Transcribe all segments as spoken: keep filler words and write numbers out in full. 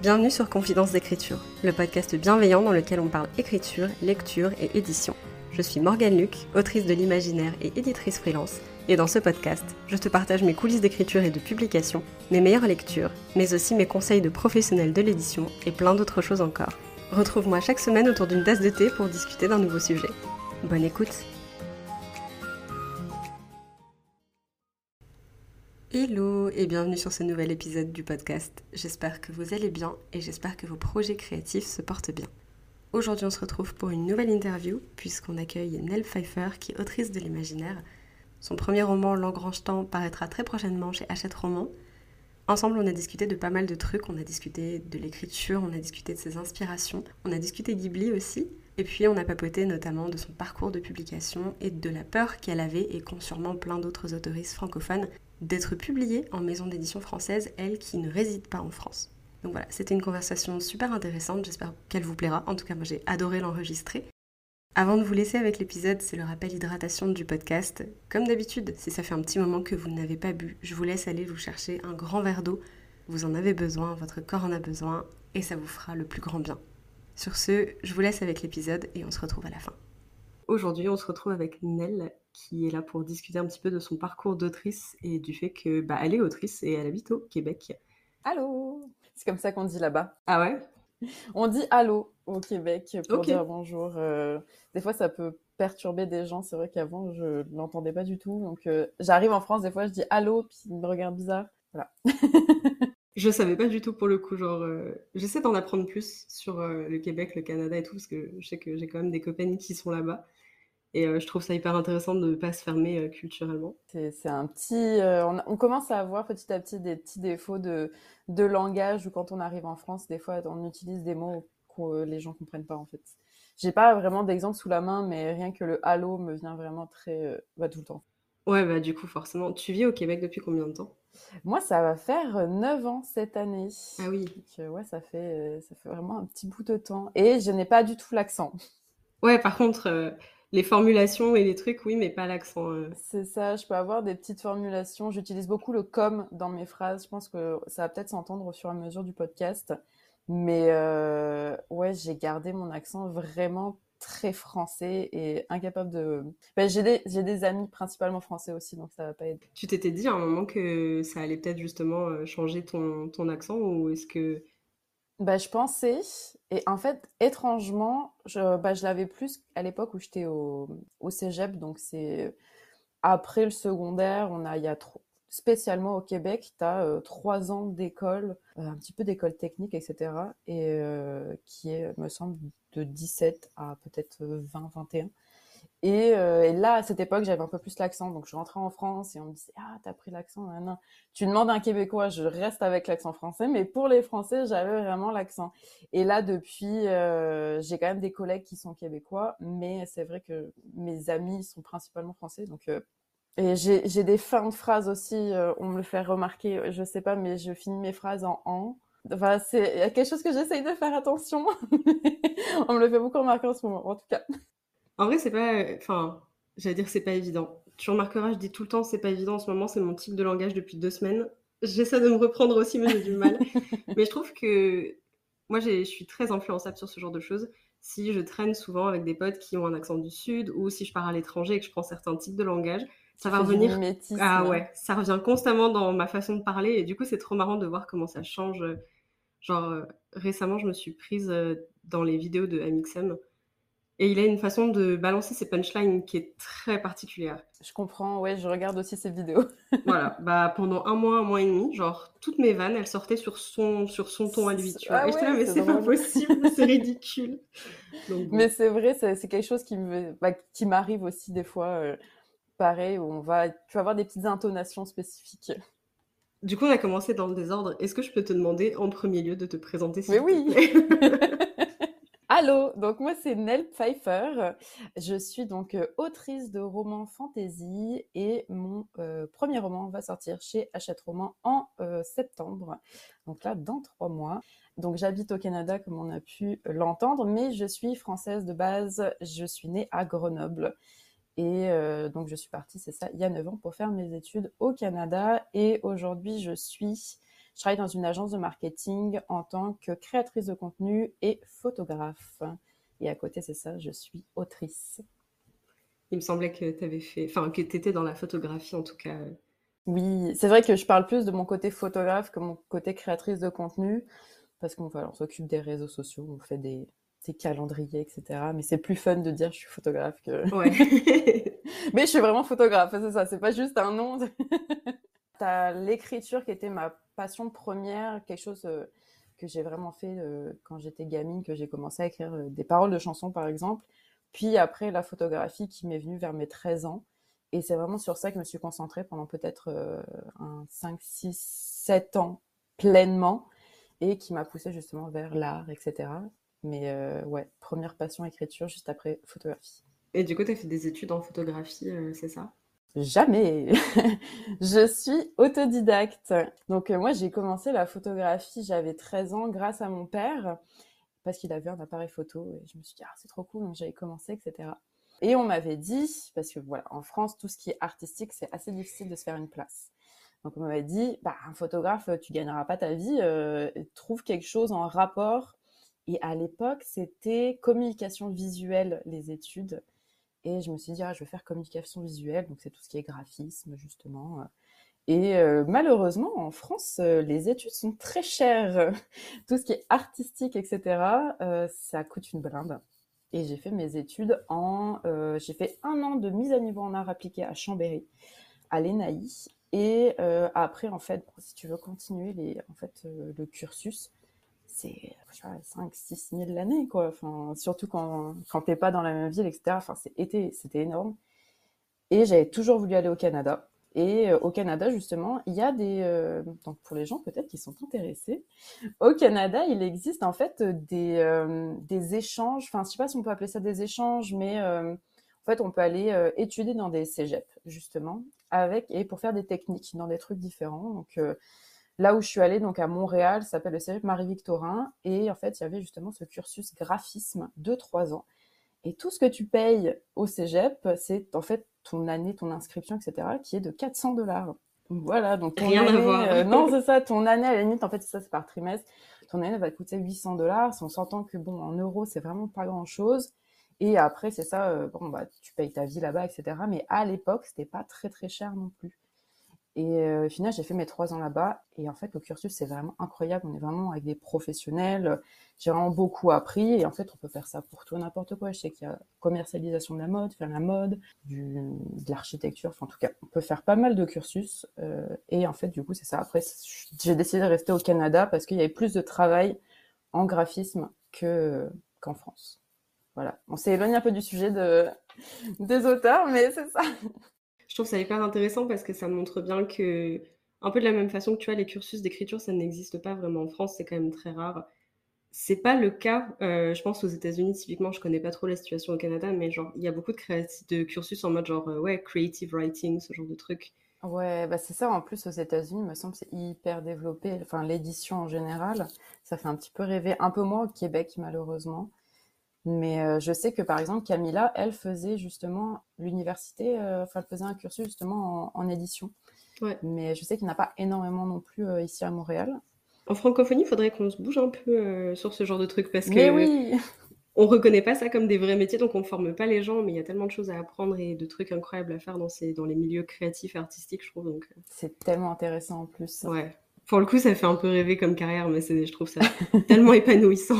Bienvenue sur Confidence d'écriture, le podcast bienveillant dans lequel on parle écriture, lecture et édition. Je suis Morgane Luc, autrice de l'imaginaire et éditrice freelance, et dans ce podcast, je te partage mes coulisses d'écriture et de publication, mes meilleures lectures, mais aussi mes conseils de professionnels de l'édition et plein d'autres choses encore. Retrouve-moi chaque semaine autour d'une tasse de thé pour discuter d'un nouveau sujet. Bonne écoute! Hello et bienvenue sur ce nouvel épisode du podcast. J'espère que vous allez bien et j'espère que vos projets créatifs se portent bien. Aujourd'hui on se retrouve pour une nouvelle interview puisqu'on accueille Nell Pfeiffer qui est autrice de l'imaginaire. Son premier roman L'Engrange-Temps paraîtra très prochainement chez Hachette Roman. Ensemble on a discuté de pas mal de trucs, on a discuté de l'écriture, on a discuté de ses inspirations, on a discuté Ghibli aussi. Et puis on a papoté notamment de son parcours de publication et de la peur qu'elle avait et qu'ont sûrement plein d'autres autoristes francophones d'être publiée en maison d'édition française, elle qui ne réside pas en France. Donc voilà, c'était une conversation super intéressante, j'espère qu'elle vous plaira. En tout cas, moi j'ai adoré l'enregistrer. Avant de vous laisser avec l'épisode, c'est le rappel hydratation du podcast. Comme d'habitude, si ça fait un petit moment que vous n'avez pas bu, je vous laisse aller vous chercher un grand verre d'eau. Vous en avez besoin, votre corps en a besoin, et ça vous fera le plus grand bien. Sur ce, je vous laisse avec l'épisode et on se retrouve à la fin. Aujourd'hui, on se retrouve avec Nell qui est là pour discuter un petit peu de son parcours d'autrice et du fait que bah, elle est autrice et elle habite au Québec. Allô! C'est comme ça qu'on dit là-bas. Ah ouais? On dit allô au Québec pour Ok. dire bonjour. Euh, des fois, ça peut perturber des gens. C'est vrai qu'avant, je ne l'entendais pas du tout. Donc, euh, j'arrive en France, des fois, je dis allô, puis ils me regardent bizarre. Voilà. Je savais pas du tout pour le coup. Genre, euh, j'essaie d'en apprendre plus sur euh, le Québec, le Canada et tout, parce que je sais que j'ai quand même des copines qui sont là-bas. Et euh, je trouve ça hyper intéressant de ne pas se fermer euh, culturellement. C'est, c'est un petit... euh, on, on commence à avoir petit à petit des petits défauts de, de langage où quand on arrive en France, des fois, on utilise des mots que les gens comprennent pas, en fait. J'ai pas vraiment d'exemple sous la main, mais rien que le allô me vient vraiment très... Euh, bah, tout le temps. Ouais, bah du coup, forcément. Tu vis au Québec depuis combien de temps? Moi, ça va faire neuf ans cette année. Ah oui. Donc, euh, ouais, ça fait, ça fait vraiment un petit bout de temps. Et je n'ai pas du tout l'accent. Ouais, par contre, euh, les formulations et les trucs, oui, mais pas l'accent. euh. C'est ça, je peux avoir des petites formulations. J'utilise beaucoup le comme dans mes phrases. Je pense que ça va peut-être s'entendre au fur et à mesure du podcast. Mais euh, ouais, j'ai gardé mon accent vraiment très français et incapable de... Ben, j'ai des, j'ai des amis principalement français aussi, donc ça va pas aider. Tu t'étais dit à un moment que ça allait peut-être justement euh, changer ton, ton accent ou est-ce que... Bah, je pensais, et en fait, étrangement, je, bah, je l'avais plus à l'époque où j'étais au, au cégep, donc c'est après le secondaire, on a, il y a trop, spécialement au Québec, tu as euh, trois ans d'école, euh, un petit peu d'école technique, et cetera, et euh, qui est, me semble, de dix-sept à peut-être vingt, vingt et un. Et, euh, et là, à cette époque, j'avais un peu plus l'accent. Donc, je rentrais en France et on me disait « Ah, t'as pris l'accent ?» Non, non. Tu demandes à un Québécois, je reste avec l'accent français. Mais pour les Français, j'avais vraiment l'accent. Et là, depuis, euh, j'ai quand même des collègues qui sont québécois. Mais c'est vrai que mes amis sont principalement français. Donc, euh, et j'ai, j'ai des fins de phrases aussi. Euh, on me le fait remarquer, je sais pas, mais je finis mes phrases en « en ». Enfin, c'est il y a quelque chose que j'essaye de faire attention. On me le fait beaucoup remarquer en ce moment, en tout cas. En vrai, c'est pas... Enfin, j'allais dire que c'est pas évident. Tu remarqueras, je dis tout le temps c'est pas évident en ce moment, c'est mon type de langage depuis deux semaines. J'essaie de me reprendre aussi, mais j'ai du mal. Mais je trouve que moi, j'ai- je suis très influençable sur ce genre de choses. Si je traîne souvent avec des potes qui ont un accent du sud ou si je pars à l'étranger et que je prends certains types de langage, ça Tu va fais du revenir. Ah mimétisme. ouais, ça revient constamment dans ma façon de parler et du coup, c'est trop marrant de voir comment ça change. Genre, euh, récemment, je me suis prise euh, dans les vidéos de M X M et il a une façon de balancer ses punchlines qui est très particulière. Je comprends, ouais, je regarde aussi ces vidéos. Voilà, bah pendant un mois, un mois et demi, genre toutes mes vannes, elles sortaient sur son, sur son ton à lui, tu vois. Ah Et j'étais là, ouais, mais c'est c'est pas drôle. possible, c'est ridicule. Donc Mais bon. c'est vrai, c'est, c'est quelque chose qui me, bah, qui m'arrive aussi des fois, euh, pareil, où on va, tu vas avoir des petites intonations spécifiques. Du coup, on a commencé dans le désordre. Est-ce que je peux te demander en premier lieu de te présenter, Mais s'il te oui! plaît? Allô, donc moi c'est Nell Pfeiffer. Je suis donc euh, autrice de romans fantasy et mon euh, premier roman va sortir chez Hachette Roman en euh, septembre. Donc là, dans trois mois. Donc j'habite au Canada comme on a pu l'entendre, mais je suis française de base. Je suis née à Grenoble. Et euh, donc je suis partie, c'est ça, il y a neuf ans pour faire mes études au Canada. Et aujourd'hui, je suis Je travaille dans une agence de marketing en tant que créatrice de contenu et photographe. Et à côté, c'est ça, je suis autrice. Il me semblait que tu avais fait, enfin que tu étais dans la photographie en tout cas. Oui, c'est vrai que je parle plus de mon côté photographe que mon côté créatrice de contenu, parce qu'on voilà, on s'occupe des réseaux sociaux, on fait des, des calendriers, et cetera. Mais c'est plus fun de dire je suis photographe que... Ouais. Mais je suis vraiment photographe, c'est ça, c'est pas juste un nom. T'as l'écriture qui était ma passion première, quelque chose euh, que j'ai vraiment fait euh, quand j'étais gamine, que j'ai commencé à écrire euh, des paroles de chansons par exemple. Puis après la photographie qui m'est venue vers mes treize ans. Et c'est vraiment sur ça que je me suis concentrée pendant peut-être euh, un cinq, six, sept ans pleinement et qui m'a poussée justement vers l'art, et cetera. Mais euh, ouais, première passion écriture, juste après photographie. Et du coup, tu as fait des études en photographie, euh, c'est ça? Jamais. Je suis autodidacte. Donc euh, moi, j'ai commencé la photographie, j'avais treize ans grâce à mon père, parce qu'il avait un appareil photo. Et je me suis dit, ah, c'est trop cool, donc j'avais commencé, et cetera. Et on m'avait dit, parce que voilà, en France, tout ce qui est artistique, c'est assez difficile de se faire une place. Donc on m'avait dit, bah, un photographe, tu gagneras pas ta vie, euh, trouve quelque chose en rapport. Et à l'époque, c'était communication visuelle, les études. Et je me suis dit, ah, je vais faire communication visuelle, donc c'est tout ce qui est graphisme, justement. Et euh, malheureusement, en France, euh, les études sont très chères. Tout ce qui est artistique, et cetera, euh, ça coûte une blinde. Et j'ai fait mes études en... Euh, j'ai fait un an de mise à niveau en art appliqué à Chambéry, à l'E N A I. Et euh, après, en fait, si tu veux continuer les, en fait, euh, le cursus, c'est cinq six mille l'année, quoi. Enfin, surtout quand, quand t'es pas dans la même ville, et cetera. Enfin, c'était, c'était énorme. Et j'avais toujours voulu aller au Canada. Et euh, au Canada, justement, il y a des... Euh, donc, pour les gens peut-être qui sont intéressés, au Canada, il existe en fait des, euh, des échanges, enfin, je sais pas si on peut appeler ça des échanges, mais euh, en fait, on peut aller euh, étudier dans des cégeps, justement, avec, et pour faire des techniques dans des trucs différents. Donc, euh, là où je suis allée, donc à Montréal, ça s'appelle le cégep Marie-Victorin, et en fait, il y avait justement ce cursus graphisme de trois ans. Et tout ce que tu payes au cégep, c'est en fait ton année, ton inscription, et cetera, qui est de quatre cents dollars. Voilà, donc ton Rien à année, voir. euh, non, c'est ça, ton année, à la limite, en fait, c'est ça, c'est par trimestre. Ton année va te coûter huit cents dollars. On s'entend que, bon, en euros, c'est vraiment pas grand chose. Et après, c'est ça, euh, bon, bah, tu payes ta vie là-bas, et cetera. Mais à l'époque, c'était pas très, très cher non plus. Et euh, au final, j'ai fait mes trois ans là-bas. Et en fait, le cursus, c'est vraiment incroyable. On est vraiment avec des professionnels. J'ai vraiment beaucoup appris. Et en fait, on peut faire ça pour tout, n'importe quoi. Je sais qu'il y a commercialisation de la mode, faire la mode, du, de l'architecture. Enfin, en tout cas, on peut faire pas mal de cursus. Euh, et en fait, du coup, c'est ça. Après, j'ai décidé de rester au Canada parce qu'il y avait plus de travail en graphisme que, qu'en France. Voilà. On s'est éloigné un peu du sujet de, des auteurs, mais c'est ça. Je trouve ça hyper intéressant parce que ça montre bien que, un peu de la même façon que tu vois, les cursus d'écriture, ça n'existe pas vraiment en France, c'est quand même très rare. C'est pas le cas, euh, je pense aux États-Unis typiquement, je connais pas trop la situation au Canada, mais genre il y a beaucoup de, créati- de cursus en mode genre euh, ouais, creative writing, ce genre de truc. Ouais, bah c'est ça. En plus, aux États-Unis, il me semble que c'est hyper développé. Enfin, l'édition en général, ça fait un petit peu rêver. Un peu moins au Québec, malheureusement. Mais euh, je sais que, par exemple, Camilla, elle faisait justement l'université, euh, enfin, elle faisait un cursus justement en, en édition. Ouais. Mais je sais qu'il n'y en a pas énormément non plus euh, ici à Montréal. En francophonie, il faudrait qu'on se bouge un peu euh, sur ce genre de truc parce Mais que oui, on reconnaît pas ça comme des vrais métiers, donc on forme pas les gens, mais il y a tellement de choses à apprendre et de trucs incroyables à faire dans, ces, dans les milieux créatifs et artistiques, je trouve. Donc, c'est tellement intéressant en plus. euh, ouais. Pour le coup, ça fait un peu rêver comme carrière, mais c'est, je trouve ça tellement épanouissant.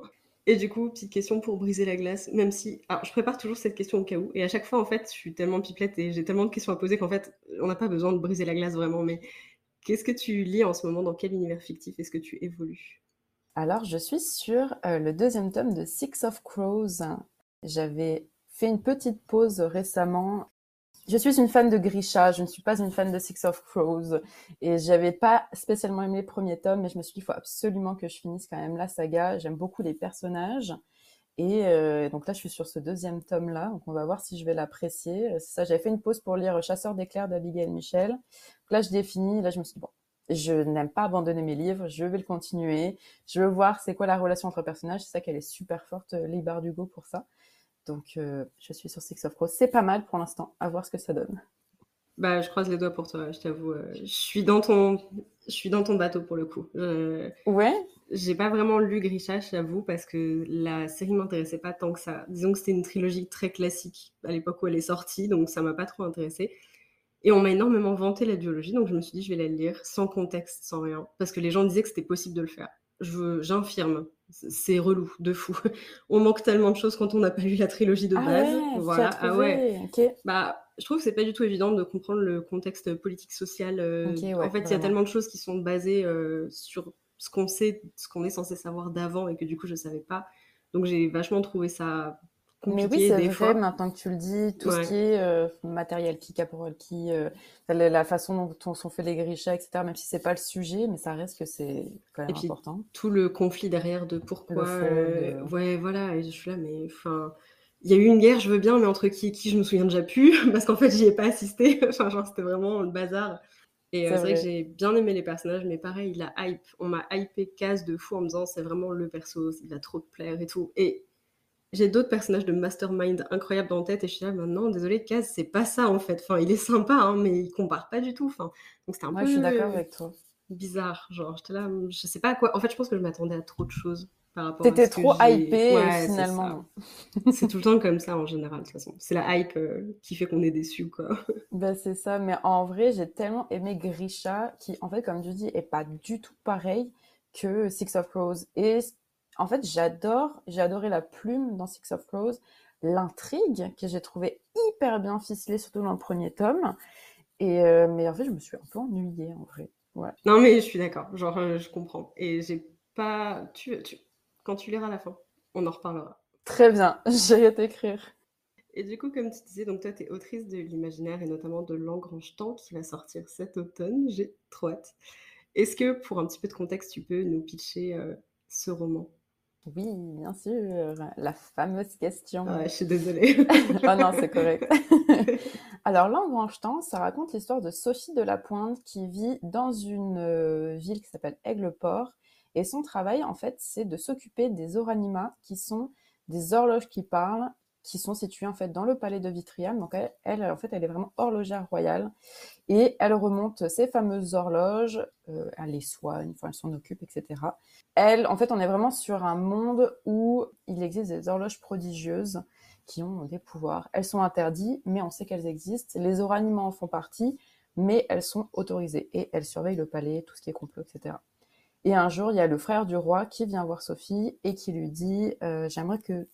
Et du coup, petite question pour briser la glace, même si... Alors, je prépare toujours cette question au cas où, et à chaque fois, en fait, je suis tellement pipelette et j'ai tellement de questions à poser qu'en fait, on n'a pas besoin de briser la glace vraiment, mais qu'est-ce que tu lis en ce moment? Dans quel univers fictif est-ce que tu évolues? Alors, je suis sur euh, le deuxième tome de Six of Crows. J'avais fait une petite pause récemment. Je suis une fan de Grisha, je ne suis pas une fan de Six of Crows. Et j'avais pas spécialement aimé les premiers tomes, mais je me suis dit, il faut absolument que je finisse quand même la saga. J'aime beaucoup les personnages. Et euh, donc là, je suis sur ce deuxième tome-là. Donc on va voir si je vais l'apprécier. C'est ça, j'avais fait une pause pour lire Chasseur d'éclairs d'Abigail Michel. Donc là, je l'ai fini. Là, je me suis dit, bon, je n'aime pas abandonner mes livres. Je vais le continuer. Je veux voir c'est quoi la relation entre personnages. C'est ça qu'elle est super forte, Leigh Bardugo, pour ça. Donc, euh, je suis sur Six of Crows. C'est pas mal pour l'instant. À voir ce que ça donne. Bah, je croise les doigts pour toi, je t'avoue, heu, je suis dans ton je suis dans ton bateau pour le coup. Je Ouais? j'ai pas vraiment lu Grisha, je t'avoue, parce que la série m'intéressait pas tant que ça. Disons que c'était une trilogie très classique à l'époque où elle est sortie, donc ça m'a pas trop intéressée et on m'a énormément vanté la duologie, donc je me suis dit: «Je vais la lire sans contexte, sans rien», parce que les gens disaient que c'était possible de le faire. Je j'infirme, c c'est relou de fou. On manque tellement de choses quand on n'a pas lu la trilogie de Ah base, ouais, tu as voilà. Ah ouais, trouvé? OK. bah, je trouve que c'est pas du tout évident de comprendre le contexte politique, social, OK, heu, en ouais, fait, il y a vraiment. tellement de choses qui sont basées, heu, sur ce qu'on sait, ce qu'on est censé savoir d'avant et que du coup je savais pas. Donc j'ai vachement trouvé ça Mais oui, compliqué c'est des vrai, fois. maintenant que tu le dis, tout ce Ouais qui est euh, matériel qui, caporal qui, euh, la, la façon dont on sont fait les grichas, et cetera, même si c'est pas le sujet, mais ça reste que c'est quand et même puis important. tout le conflit derrière de Le pourquoi, fond heu de... ouais, voilà et je suis là, mais enfin, il y a eu une guerre, je veux bien, mais entre qui et qui, je me souviens déjà plus parce qu'en fait, j'y ai pas assisté. Enfin, genre, c'était vraiment le bazar. Et heu, C'est c'est vrai que vrai. j'ai bien aimé les personnages, mais pareil, la hype, on m'a hypé Kaz de fou en me disant: «C'est vraiment le perso, il va trop te plaire et tout» et j'ai d'autres personnages de mastermind incroyables dans la tête et je suis là: «Bah non, désolé, Kaz, c'est pas ça en fait». Enfin, il est sympa, hein, mais il compare pas du tout. Enfin, donc c'était un Ouais, je suis d'accord peu avec toi. bizarre, genre j'étais là, mmh, je sais pas à quoi en fait, je pense que je m'attendais à trop de choses par rapport à T'étais ce que trop j'ai hypé et ouais, c'est finalement ça. non. C'est tout le temps comme ça en général, de toute façon. C'est la hype, heu, qui fait qu'on est déçu, quoi. Ben, c'est ça, mais en vrai, j'ai tellement aimé Grisha, qui, en fait, comme tu dis, est pas du tout pareil que Six of Crows. Et en fait, j'adore, j'ai adoré la plume dans Six of Crows, l'intrigue que j'ai trouvé hyper bien ficelée, surtout dans le premier tome. Et euh, mais en fait, je me suis un peu ennuyée, en vrai. Ouais. Non, mais je suis d'accord, genre, heu, je comprends et j'ai pas tu tu quand tu liras la fin, on en reparlera Très bien, j'ai t'écrire. et du coup, comme tu disais, donc toi, tu es autrice de l'imaginaire et notamment de L'Engrange-Temps qui va sortir cet automne, j'ai trop hâte. Est-ce que, pour un petit peu de contexte, tu peux nous pitcher, heu, ce roman? Oui, bien sûr, la fameuse Ah ouais, question. je suis désolée. Oh non, c'est correct. Alors, L'Engrange-Temps, ça raconte l'histoire de Sophie de la Pointe qui vit dans une euh, ville qui s'appelle Aigleport. Et son travail, en fait, c'est de s'occuper des Oranima, qui sont des horloges qui parlent, qui sont situées, en fait, dans le palais de Vitriam. Donc, elle, elle, en fait, elle est vraiment horlogère royale. Et elle remonte ces fameuses horloges, euh, elle les soigne, enfin, elle s'en occupe, et cetera. Elle, en fait, on est vraiment sur un monde où il existe des horloges prodigieuses qui ont des pouvoirs. Elles sont interdites, mais on sait qu'elles existent. Les oraniments en font partie, mais elles sont autorisées. Et elles surveillent le palais, tout ce qui est complot, et cetera. Et un jour, il y a le frère du roi qui vient voir Sophie et qui lui dit euh, J'aimerais que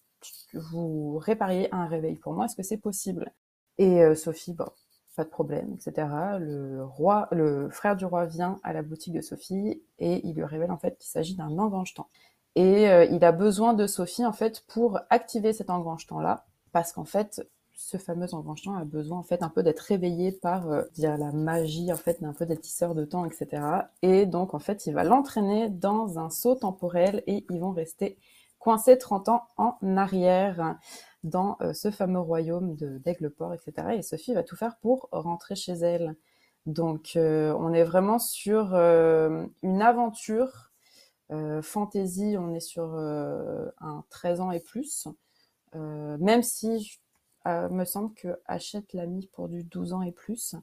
vous répariez un réveil pour moi, est-ce que c'est possible? Et euh, Sophie, bon, pas de problème, et cetera. Le roi, le frère du roi vient à la boutique de Sophie et il lui révèle en fait qu'il s'agit d'un engrange-temps. Et euh, il a besoin de Sophie en fait pour activer cet engrange-temps-là, parce qu'en fait, ce fameux engrange-temps a besoin en fait un peu d'être réveillé par euh, dire la magie en fait d'un peu des tisseurs de temps, et cetera. Et donc en fait, il va l'entraîner dans un saut temporel et ils vont rester coincés trente ans en arrière dans euh, ce fameux royaume de d'Aigleport, et cetera. Et Sophie va tout faire pour rentrer chez elle. Donc euh, on est vraiment sur euh, une aventure euh, fantasy, on est sur euh, un treize ans et plus. Euh, même si, euh, me semble que Hachette l'a mis pour du douze ans et plus.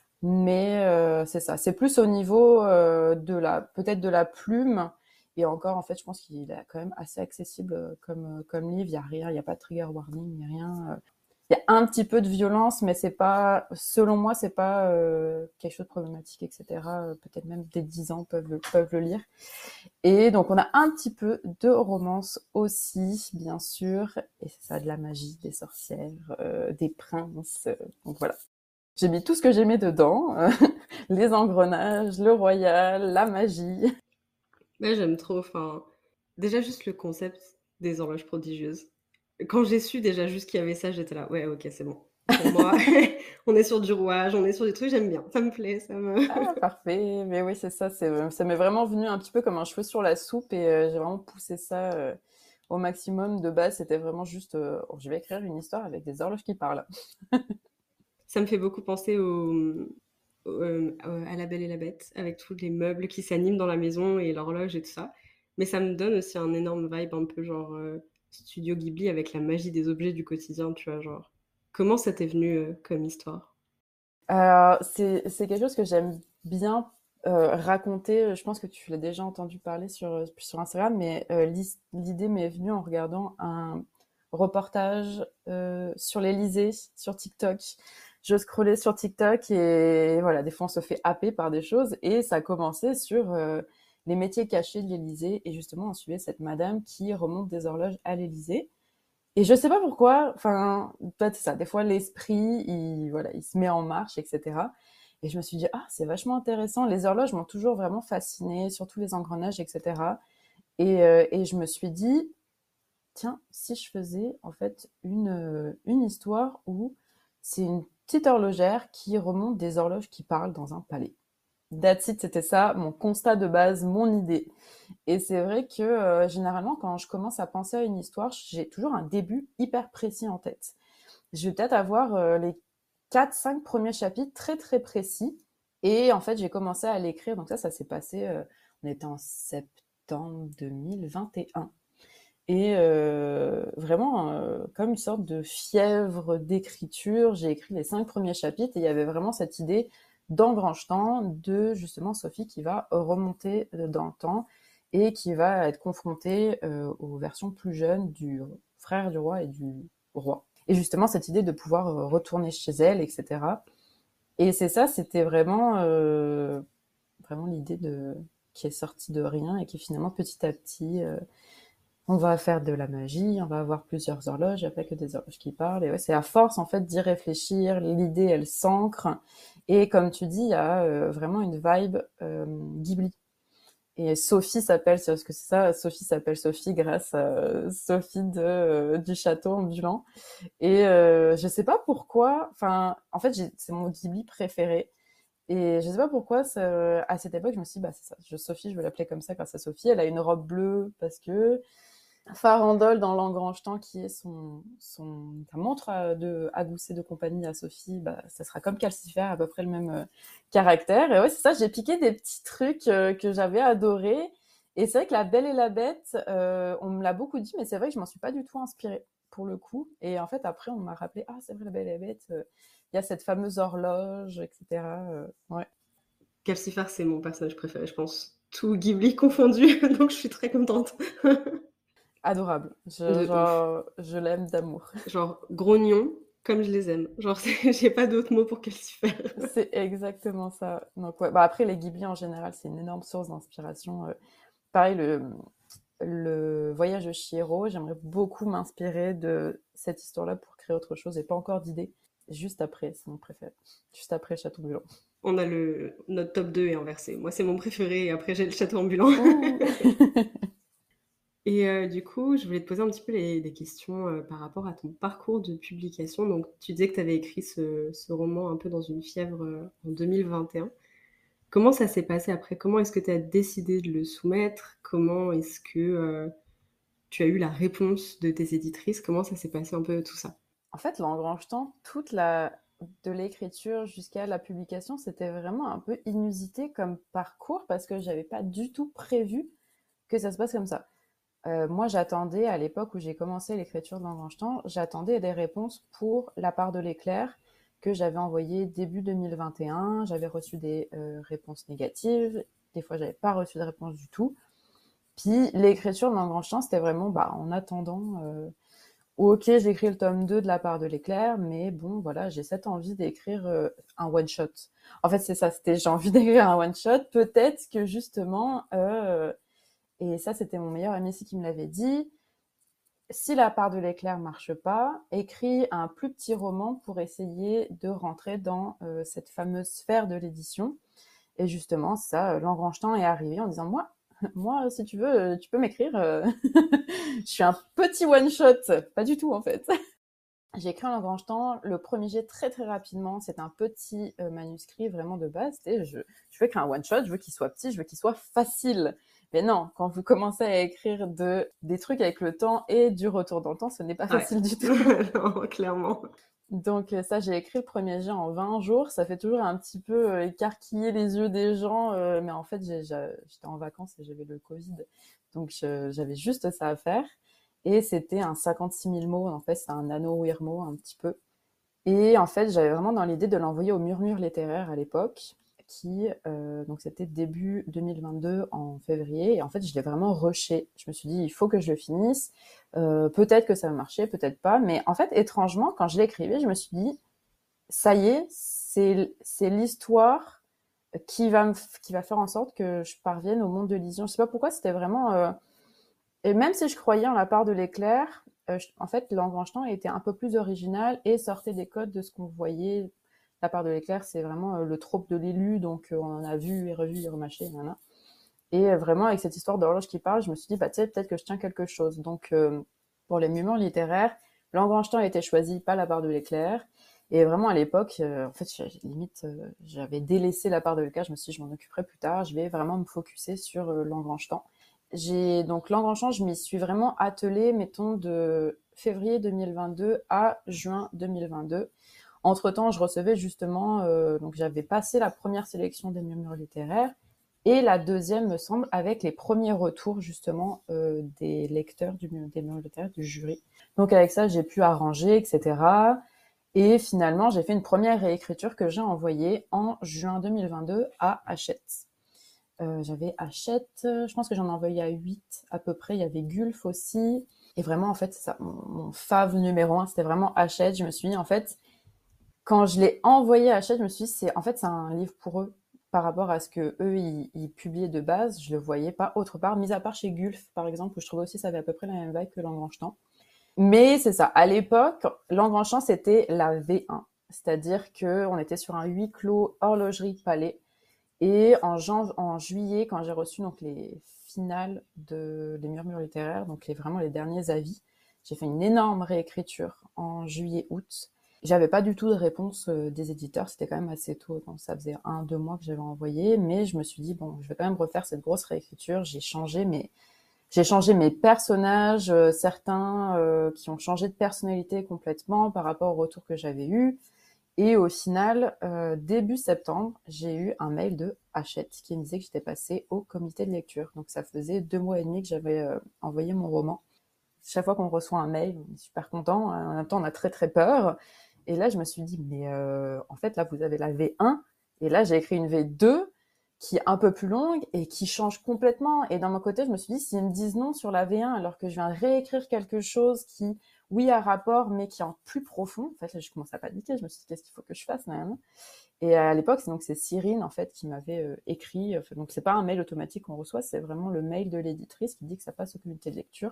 Mais euh, c'est ça. C'est plus au niveau euh, de la, peut-être de la plume. Et encore, en fait, je pense qu'il est quand même assez accessible euh, comme, comme livre. Il n'y a rien, il n'y a pas de trigger warning, il n'y a rien. Il y a un petit peu de violence, mais c'est pas, selon moi, c'est pas euh, quelque chose de problématique, et cetera. Peut-être même dès dix ans peuvent, peuvent le lire. Et donc, on a un petit peu de romance aussi, bien sûr. Et c'est ça, de la magie, des sorcières, euh, des princes. Euh, donc voilà. J'ai mis tout ce que j'aimais dedans. Euh, les engrenages, le royal, la magie. Ouais, j'aime trop, enfin, déjà juste le concept des horloges prodigieuses. Quand j'ai su déjà juste qu'il y avait ça, j'étais là: «Ouais, OK, c'est bon». Pour moi, on est sur du rouage, on est sur des trucs, j'aime bien, ça me plaît, ça me Ah, parfait. Mais oui, c'est ça. C'est, ça m'est vraiment venu un petit peu comme un cheveu sur la soupe et euh, j'ai vraiment poussé ça euh, au maximum. De base, c'était vraiment juste, euh, oh, je vais écrire une histoire avec des horloges qui parlent. ça me fait beaucoup penser au, mmh, au, hem, à La Belle et la Bête, avec tous les meubles qui s'animent dans la maison et l'horloge et tout ça. Mais ça me donne aussi un énorme vibe un peu genre, heu, Studio Ghibli avec la magie des objets du quotidien, tu vois? Genre, comment ça t'est venu, heu, comme histoire? Euh, c'est, c'est quelque chose que j'aime bien euh, raconter. Je pense que tu l'as déjà entendu parler sur, sur Instagram, mais euh, l'is- l'idée m'est venue en regardant un reportage euh, sur l'Élysée, sur TikTok. Je scrollais sur TikTok et voilà, des fois on se fait happer par des choses et ça a commencé sur euh, les métiers cachés de l'Élysée et justement on suivait cette madame qui remonte des horloges à l'Élysée. Et je sais pas pourquoi, enfin, peut-être c'est ça. Des fois, l'esprit, il, voilà, il se met en marche, et cetera. Et je me suis dit, ah, c'est vachement intéressant. Les horloges m'ont toujours vraiment fascinée, surtout les engrenages, et cetera. Et, euh, et je me suis dit, tiens, si je faisais en fait une, euh, une histoire où c'est une petite horlogère qui remonte des horloges qui parlent dans un palais. That's it, c'était ça, mon constat de base, mon idée. Et c'est vrai que euh, généralement, quand je commence à penser à une histoire, j'ai toujours un début hyper précis en tête. Je vais peut-être avoir euh, les quatre cinq premiers chapitres très très précis. Et en fait, j'ai commencé à l'écrire. Donc ça, ça s'est passé, euh, on était en septembre deux mille vingt et un. Et euh, vraiment, euh, comme une sorte de fièvre d'écriture, j'ai écrit les cinq premiers chapitres et il y avait vraiment cette idée d'engrange-temps de justement Sophie qui va remonter dans le temps et qui va être confrontée euh, aux versions plus jeunes du frère du roi et du roi. Et justement, cette idée de pouvoir euh, retourner chez elle, et cetera. Et c'est ça, c'était vraiment, euh, vraiment l'idée de qui est sortie de rien et qui finalement petit à petit euh, on va faire de la magie, on va avoir plusieurs horloges, il n'y a pas que des horloges qui parlent. Et ouais, c'est à force, en fait, d'y réfléchir, l'idée, elle s'ancre. Et comme tu dis, il y a euh, vraiment une vibe euh, Ghibli. Et Sophie s'appelle, c'est parce que c'est ça, Sophie s'appelle Sophie grâce à euh, Sophie de, euh, du château ambulant. Et euh, je sais pas pourquoi, enfin, en fait, j'ai, c'est mon Ghibli préféré. Et je sais pas pourquoi, ça, à cette époque, je me suis dit, bah, c'est ça, je, Sophie, je vais l'appeler comme ça grâce à Sophie. Elle a une robe bleue parce que Farandole dans l'engrange-temps qui est son, son sa montre à, de, à gousset de compagnie à Sophie, bah, ça sera comme Calcifer, à peu près le même euh, caractère. Et ouais, c'est ça, j'ai piqué des petits trucs euh, que j'avais adorés. Et c'est vrai que La Belle et la Bête, euh, on me l'a beaucoup dit, mais c'est vrai que je m'en suis pas du tout inspirée, pour le coup. Et en fait, après, on m'a rappelé, ah, c'est vrai, La Belle et la Bête, euh, il y a cette fameuse horloge, et cetera. Euh, ouais. Calcifer, c'est mon personnage préféré, je pense. Tout Ghibli confondu, donc je suis très contente. Adorable. Je, De ouf. genre, je l'aime d'amour. Genre, grognon, comme je les aime. Genre, c'est- j'ai pas d'autres mots pour Calcifer. C'est exactement ça. Donc, ouais. Bah, après, les Ghibli en général, c'est une énorme source d'inspiration. Euh, pareil, le, le voyage de Chihiro, j'aimerais beaucoup m'inspirer de cette histoire-là pour créer autre chose. J'ai pas encore d'idée. Juste après, c'est mon préféré. Juste après Château Brûlant. On a le... Notre top deux est inversé. Moi, c'est mon préféré, et après, j'ai le château ambulant. Ouh. Et euh, du coup, je voulais te poser un petit peu les, des questions euh, par rapport à ton parcours de publication. Donc, tu disais que tu avais écrit ce, ce roman un peu dans une fièvre euh, en deux mille vingt et un. Comment ça s'est passé après? Comment est-ce que tu as décidé de le soumettre? Comment est-ce que euh, tu as eu la réponse de tes éditrices? Comment ça s'est passé un peu tout ça? En fait, l'engrange-temps, toute la de l'écriture jusqu'à la publication, c'était vraiment un peu inusité comme parcours parce que j'avais pas du tout prévu que ça se passe comme ça. Euh, moi, j'attendais, à l'époque où j'ai commencé l'écriture de l'engrange-temps, j'attendais des réponses pour La part de l'éclair que j'avais envoyé début deux mille vingt et un. J'avais reçu des euh, réponses négatives. Des fois, j'avais pas reçu de réponse du tout. Puis l'écriture de l'engrange-temps, c'était vraiment bah, en attendant. Euh, ok, j'écris le tome deux de La part de l'éclair, mais bon, voilà, j'ai cette envie d'écrire euh, un one-shot. En fait, c'est ça, c'était j'ai envie d'écrire un one-shot. Peut-être que justement, euh, et ça, c'était mon meilleur ami ici qui me l'avait dit, si La part de l'éclair marche pas, écris un plus petit roman pour essayer de rentrer dans euh, cette fameuse sphère de l'édition. Et justement, ça, euh, Langrange-Temps est arrivé en disant, moi, moi, si tu veux, euh, tu peux m'écrire. euh, Je suis un petit one-shot. Pas du tout, en fait. J'ai écrit en Langrange-Temps le premier jet très très rapidement. C'est un petit euh, manuscrit vraiment de base. C'était, je, je veux écrire un one-shot, je veux qu'il soit petit, je veux qu'il soit facile. Mais non, quand vous commencez à écrire de, des trucs avec le temps et du retour dans le temps, ce n'est pas Ouais, facile du tout. non, clairement. Donc euh, ça, j'ai écrit le premier jet en vingt jours. Ça fait toujours un petit peu euh, écarquiller les yeux des gens. Euh, mais en fait, j'ai, j'ai, j'étais en vacances et j'avais le Covid. Donc je, j'avais juste ça à faire. Et c'était un cinquante-six mille mots. En fait, c'est un nano-weirmo un petit peu. Et en fait, j'avais vraiment dans l'idée de l'envoyer au Murmure littéraire à l'époque, qui, euh, donc c'était début deux mille vingt-deux en février. Et en fait, je l'ai vraiment rushé. Je me suis dit, il faut que je le finisse. Euh, peut-être que ça va marcher, peut-être pas. Mais en fait, étrangement, quand je l'écrivais, je me suis dit, ça y est, c'est, c'est l'histoire qui va, me, qui va faire en sorte que je parvienne au monde de Lysion. Je sais pas pourquoi, c'était vraiment... Euh, et même si je croyais en la part de l'éclair, euh, je, en fait, Langranchetan était un peu plus original et sortait des codes de ce qu'on voyait. La part de l'éclair, c'est vraiment euh, le trope de l'élu, donc euh, on en a vu et revu et remâché, nanana. Et euh, vraiment, avec cette histoire d'horloge qui parle, je me suis dit, bah, tu sais, peut-être que je tiens quelque chose. Donc, euh, pour les Murmures littéraires, Langranchetan a été choisi, pas la part de l'éclair. Et vraiment, à l'époque, euh, en fait, limite, euh, j'avais délaissé la part de l'éclair. Je me suis dit, je m'en occuperai plus tard. Je vais vraiment me focuser sur euh, Langranchetan. J'ai donc Langranchetan, je m'y suis vraiment attelée, mettons, de février deux mille vingt-deux à juin deux mille vingt-deux. Entre-temps, je recevais justement, euh, donc j'avais passé la première sélection des Murmures littéraires et la deuxième, me semble, avec les premiers retours justement euh, des lecteurs du, des Murmures littéraires, du jury. Donc avec ça, j'ai pu arranger, et cetera. Et finalement, j'ai fait une première réécriture que j'ai envoyée en juin deux mille vingt-deux à Hachette. Euh, j'avais Hachette, je pense que j'en ai envoyé à huit à peu près. Il y avait Gulf aussi. Et vraiment, en fait, c'est ça, mon, mon fave numéro un, c'était vraiment Hachette. Je me suis dit, en fait, quand je l'ai envoyé à Hachette, je me suis dit, c'est, en fait, c'est un livre pour eux par rapport à ce que eux ils, ils publiaient de base. Je le voyais pas autre part, mis à part chez Gulf, par exemple, où je trouvais aussi ça avait à peu près la même vibe que Langranchetan. Mais c'est ça, à l'époque, Langranchetan, c'était la V un. C'est-à-dire qu'on était sur un huis clos horlogerie palais. Et en, jan- en juillet, quand j'ai reçu donc les finales de les Murmures littéraires, donc les, vraiment les derniers avis, j'ai fait une énorme réécriture en juillet-août. J'avais pas du tout de réponse euh, des éditeurs, c'était quand même assez tôt, donc ça faisait un, deux mois que j'avais envoyé, mais je me suis dit, bon, je vais quand même refaire cette grosse réécriture. J'ai changé mes, j'ai changé mes personnages, euh, certains euh, qui ont changé de personnalité complètement par rapport au retour que j'avais eu. Et au final, euh, début septembre, j'ai eu un mail de Hachette qui me disait que j'étais passée au comité de lecture. Donc ça faisait deux mois et demi que j'avais euh, envoyé mon roman. Chaque fois qu'on reçoit un mail, on est super content. En même temps, on a très très peur. Et là, je me suis dit, mais euh, en fait, là, vous avez la V un. Et là, j'ai écrit une V deux qui est un peu plus longue et qui change complètement. Et dans mon côté, je me suis dit, s'ils me disent non sur la V un, alors que je viens de réécrire quelque chose qui, oui, a rapport, mais qui est en plus profond, en fait, là, je commence à paniquer. Je me suis dit, qu'est-ce qu'il faut que je fasse, même. Et à l'époque, c'est donc c'est Cyrine, en fait, qui m'avait euh, écrit. Donc, c'est pas un mail automatique qu'on reçoit, c'est vraiment le mail de l'éditrice qui dit que ça passe au comité de lecture.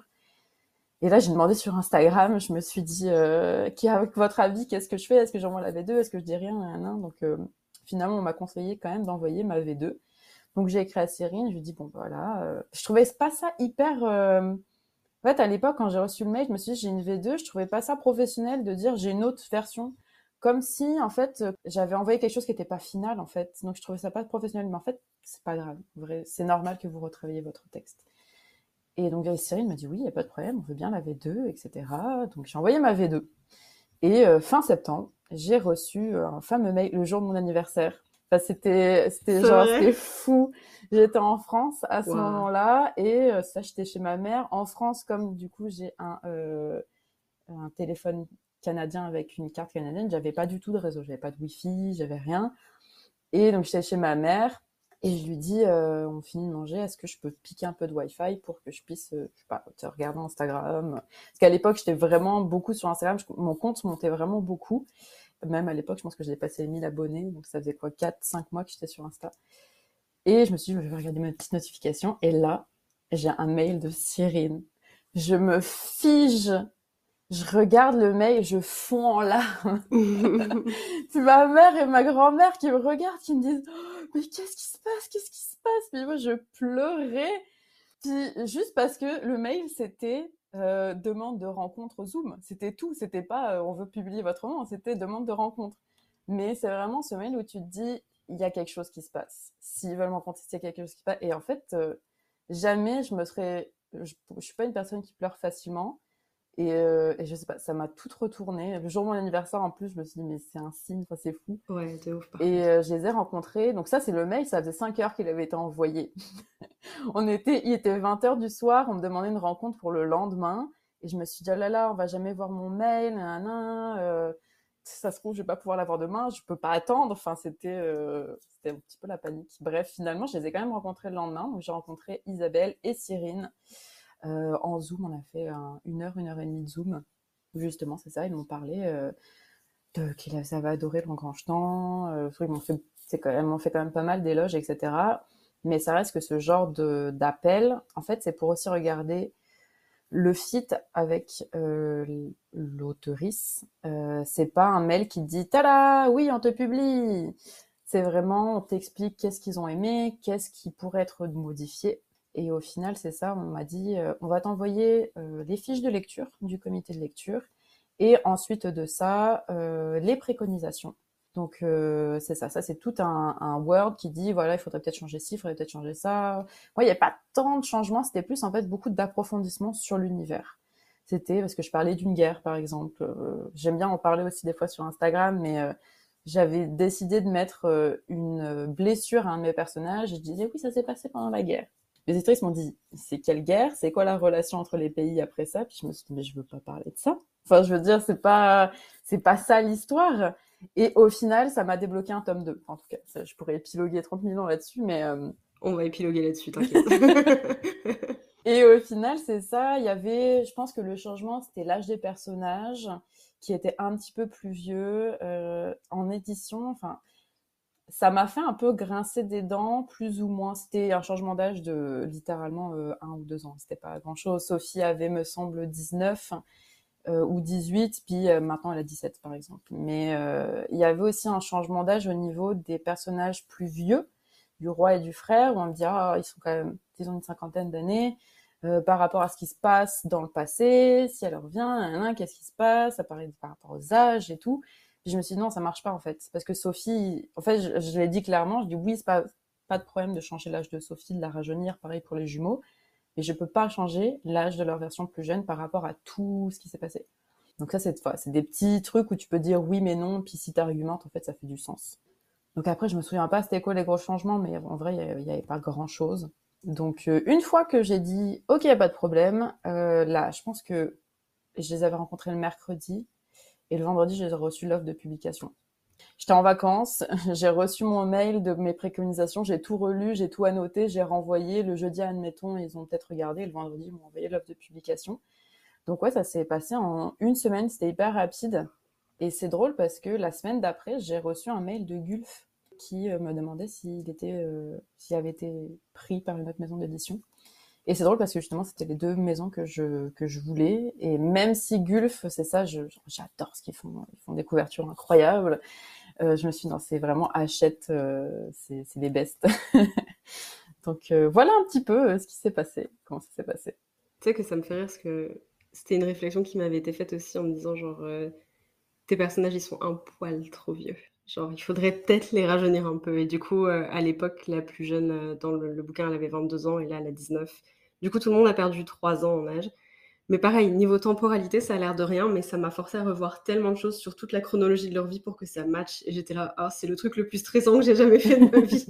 Et là, j'ai demandé sur Instagram, je me suis dit, euh, qui, avec votre avis, qu'est-ce que je fais? Est-ce que j'envoie la V deux? Est-ce que je dis rien? Nan, nan. Donc, euh, finalement, on m'a conseillé quand même d'envoyer ma V deux. Donc, j'ai écrit à Cyrine, je lui ai dit, bon, voilà. Euh, je trouvais pas ça hyper... Euh... En fait, à l'époque, quand j'ai reçu le mail, je me suis dit, j'ai une V deux, je trouvais pas ça professionnel de dire, j'ai une autre version. Comme si, en fait, j'avais envoyé quelque chose qui n'était pas final, en fait. Donc, je trouvais ça pas professionnel. Mais en fait, c'est pas grave. Vrai, c'est normal que vous retravaillez votre texte. Et donc Cyril m'a dit oui, il n'y a pas de problème, on veut bien la V deux, et cetera. Donc j'ai envoyé ma V deux. Et euh, fin septembre, j'ai reçu un fameux mail le jour de mon anniversaire. Enfin, c'était, c'était C'est genre, vrai. c'était fou. J'étais en France à ce Wow. moment-là et euh, ça, j'étais chez ma mère. En France, comme du coup, j'ai un, euh, un téléphone canadien avec une carte canadienne, j'avais pas du tout de réseau, j'avais pas de wifi, j'avais rien. Et donc j'étais chez ma mère. Et je lui dis, euh, on finit de manger, est-ce que je peux piquer un peu de Wi-Fi pour que je puisse, euh, je sais pas, te regarder Instagram? Parce qu'à l'époque, j'étais vraiment beaucoup sur Instagram, je, mon compte montait vraiment beaucoup. Même à l'époque, je pense que j'ai passé les mille abonnés, donc ça faisait quoi, quatre cinq mois que j'étais sur Insta. Et je me suis dit, je vais regarder mes petites notifications. Et là, j'ai un mail de Cyrine. Je me fige. Je regarde le mail, je fonds en larmes. Puis ma mère et ma grand-mère qui me regardent, qui me disent oh, mais qu'est-ce qui se passe, qu'est-ce qui se passe? Puis moi je pleurais. Puis juste parce que le mail c'était euh, demande de rencontre Zoom, c'était tout, c'était pas euh, on veut publier votre roman, c'était demande de rencontre. Mais c'est vraiment ce mail où tu te dis il y a quelque chose qui se passe. S'ils veulent me rencontrer, il y a quelque chose qui se passe. Et en fait, euh, jamais je me serais, je, je suis pas une personne qui pleure facilement. Et, euh, et je sais pas, ça m'a tout retourné. Le jour de mon anniversaire, en plus, je me suis dit, mais c'est un signe, enfin, c'est fou. Ouais, de ouf, Et parfait. euh, je les ai rencontrés. Donc ça, c'est le mail, ça faisait cinq heures qu'il avait été envoyé. on était, il était vingt heures du soir, on me demandait une rencontre pour le lendemain. Et je me suis dit, oh là là, on va jamais voir mon mail, nanana. Euh, ça se trouve, je vais pas pouvoir l'avoir demain, je peux pas attendre. Enfin, c'était, euh, c'était un petit peu la panique. Bref, finalement, je les ai quand même rencontrés le lendemain. Donc, j'ai rencontré Isabelle et Cyrine. Euh, en Zoom, on a fait un, une heure, une heure et demie de Zoom. Justement, c'est ça, ils m'ont parlé euh, de, qu'ils avaient adoré le Grand Jetan. Euh, ils m'ont fait, c'est quand même, m'ont fait quand même pas mal d'éloges, et cetera. Mais ça reste que ce genre de, d'appel, en fait, c'est pour aussi regarder le fit avec euh, l'auteurice. Euh, c'est pas un mail qui te dit tada, oui, on te publie. C'est vraiment, on t'explique qu'est-ce qu'ils ont aimé, qu'est-ce qui pourrait être modifié. Et au final, c'est ça, on m'a dit, euh, on va t'envoyer euh, les fiches de lecture du comité de lecture et ensuite de ça, euh, les préconisations. Donc euh, c'est ça, ça c'est tout un, un Word qui dit voilà, il faudrait peut-être changer ci, il faudrait peut-être changer ça. Moi, il n'y a pas tant de changements, c'était plus en fait beaucoup d'approfondissement sur l'univers. C'était parce que je parlais d'une guerre, par exemple. Euh, j'aime bien en parler aussi des fois sur Instagram, mais euh, j'avais décidé de mettre euh, une blessure à un de mes personnages et je disais oui, ça s'est passé pendant la guerre. Les éditrices m'ont dit c'est quelle guerre, c'est quoi la relation entre les pays après ça? Puis je me suis dit mais je veux pas parler de ça. Enfin, je veux dire, c'est pas c'est pas ça l'histoire. Et au final, ça m'a débloqué un tome deux. En tout cas, ça, je pourrais épiloguer trente mille ans là-dessus, mais... Euh... On va épiloguer là-dessus, t'inquiète. Et au final, c'est ça. Il y avait... Je pense que le changement, c'était l'âge des personnages, qui était un petit peu plus vieux. Euh, en édition, enfin... Ça m'a fait un peu grincer des dents, plus ou moins. C'était un changement d'âge de littéralement euh, un ou deux ans. C'était pas grand-chose. Sophie avait, me semble, dix-neuf. Euh, ou dix-huit, puis euh, maintenant elle a dix-sept par exemple. Mais euh, il y avait aussi un changement d'âge au niveau des personnages plus vieux, du roi et du frère, où on me dit ah ils sont quand même, ils ont une cinquantaine d'années, euh, par rapport à ce qui se passe dans le passé, si elle revient, hein, hein, qu'est-ce qui se passe, ça paraît par rapport aux âges et tout. Puis je me suis dit non, ça marche pas en fait, parce que Sophie, en fait je, je l'ai dit clairement, je dis oui c'est pas pas de problème de changer l'âge de Sophie, de la rajeunir, pareil pour les jumeaux. Mais je peux pas changer l'âge de leur version plus jeune par rapport à tout ce qui s'est passé. Donc ça, c'est, c'est des petits trucs où tu peux dire oui mais non, puis si t'argumentes, en fait, ça fait du sens. Donc après, je me souviens pas c'était quoi les gros changements, mais en vrai, il y, y avait pas grand-chose. Donc euh, une fois que j'ai dit ok, y a pas de problème, euh, là, je pense que je les avais rencontrés le mercredi, et le vendredi, j'ai reçu l'offre de publication. J'étais en vacances, j'ai reçu mon mail de mes préconisations, j'ai tout relu, j'ai tout annoté, j'ai renvoyé. Le jeudi, admettons, ils ont peut-être regardé, le vendredi, ils m'ont envoyé l'offre de publication. Donc ouais, ça s'est passé en une semaine, c'était hyper rapide. Et c'est drôle parce que la semaine d'après, j'ai reçu un mail de Gulf qui euh, me demandait s'il était, euh, s'il avait été pris par une autre maison d'édition. Et c'est drôle parce que justement, c'était les deux maisons que je, que je voulais. Et même si Gulf, c'est ça, je, j'adore ce qu'ils font. Ils font des couvertures incroyables. Euh, je me suis dit, non, c'est vraiment Hachette, euh, c'est, c'est les bestes. Donc euh, voilà un petit peu euh, ce qui s'est passé, comment ça s'est passé. Tu sais que ça me fait rire parce que c'était une réflexion qui m'avait été faite aussi en me disant genre euh, tes personnages ils sont un poil trop vieux. Genre il faudrait peut-être les rajeunir un peu. Et du coup euh, à l'époque la plus jeune euh, dans le, le bouquin elle avait vingt-deux ans et là elle a dix-neuf. Du coup tout le monde a perdu trois ans en âge. Mais pareil, niveau temporalité, ça a l'air de rien, mais ça m'a forcé à revoir tellement de choses sur toute la chronologie de leur vie pour que ça matche. Et j'étais là, ah, c'est le truc le plus stressant que j'ai jamais fait de ma vie.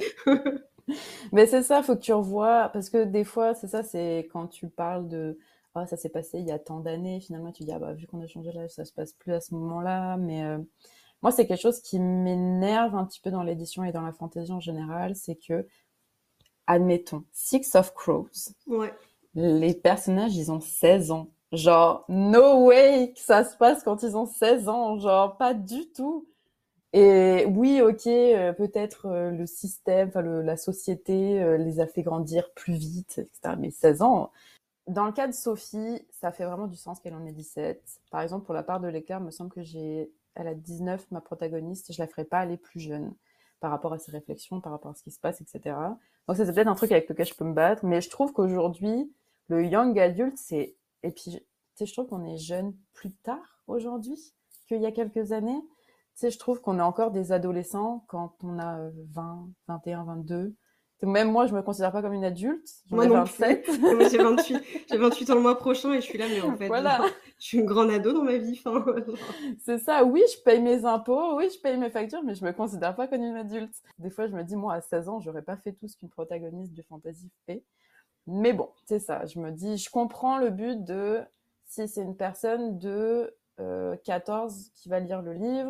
Mais c'est ça, faut que tu revoies, parce que des fois, c'est ça, c'est quand tu parles de, ah, ça s'est passé il y a tant d'années, finalement, tu dis, ah bah, vu qu'on a changé l'âge, ça se passe plus à ce moment-là, mais euh, moi, c'est quelque chose qui m'énerve un petit peu dans l'édition et dans la fantaisie en général, c'est que, admettons, Six of Crows, Ouais. les personnages, ils ont seize ans. Genre, no way que ça se passe quand ils ont seize ans, genre, pas du tout. Et oui, ok, euh, peut-être euh, le système, enfin le, la société euh, les a fait grandir plus vite, et cetera. Mais seize ans. Dans le cas de Sophie, ça fait vraiment du sens qu'elle en ait dix-sept. Par exemple, pour la part de l'éclair, il me semble que j'ai, elle a dix-neuf, ma protagoniste, je la ferai pas aller plus jeune par rapport à ses réflexions, par rapport à ce qui se passe, et cetera. Donc ça, c'est peut-être un truc avec lequel je peux me battre, mais je trouve qu'aujourd'hui, le young adult, c'est, et puis, tu sais, je trouve qu'on est jeune plus tard aujourd'hui qu'il y a quelques années. Tu sais, je trouve qu'on est encore des adolescents quand on a vingt, vingt et un, vingt-deux. Même moi, je me considère pas comme une adulte. J'en Moi ai non vingt-sept. plus. Moi, j'ai vingt-huit. J'ai vingt-huit ans le mois prochain et je suis là, mais en fait, Voilà. genre, je suis une grande ado dans ma vie. Enfin, genre. C'est ça. Oui, je paye mes impôts. Oui, je paye mes factures, mais je me considère pas comme une adulte. Des fois, je me dis, moi, à seize ans, j'aurais pas fait tout ce qu'une protagoniste du fantasy fait. Mais bon, c'est ça. Je me dis, je comprends le but de, si c'est une personne de euh, quatorze qui va lire le livre,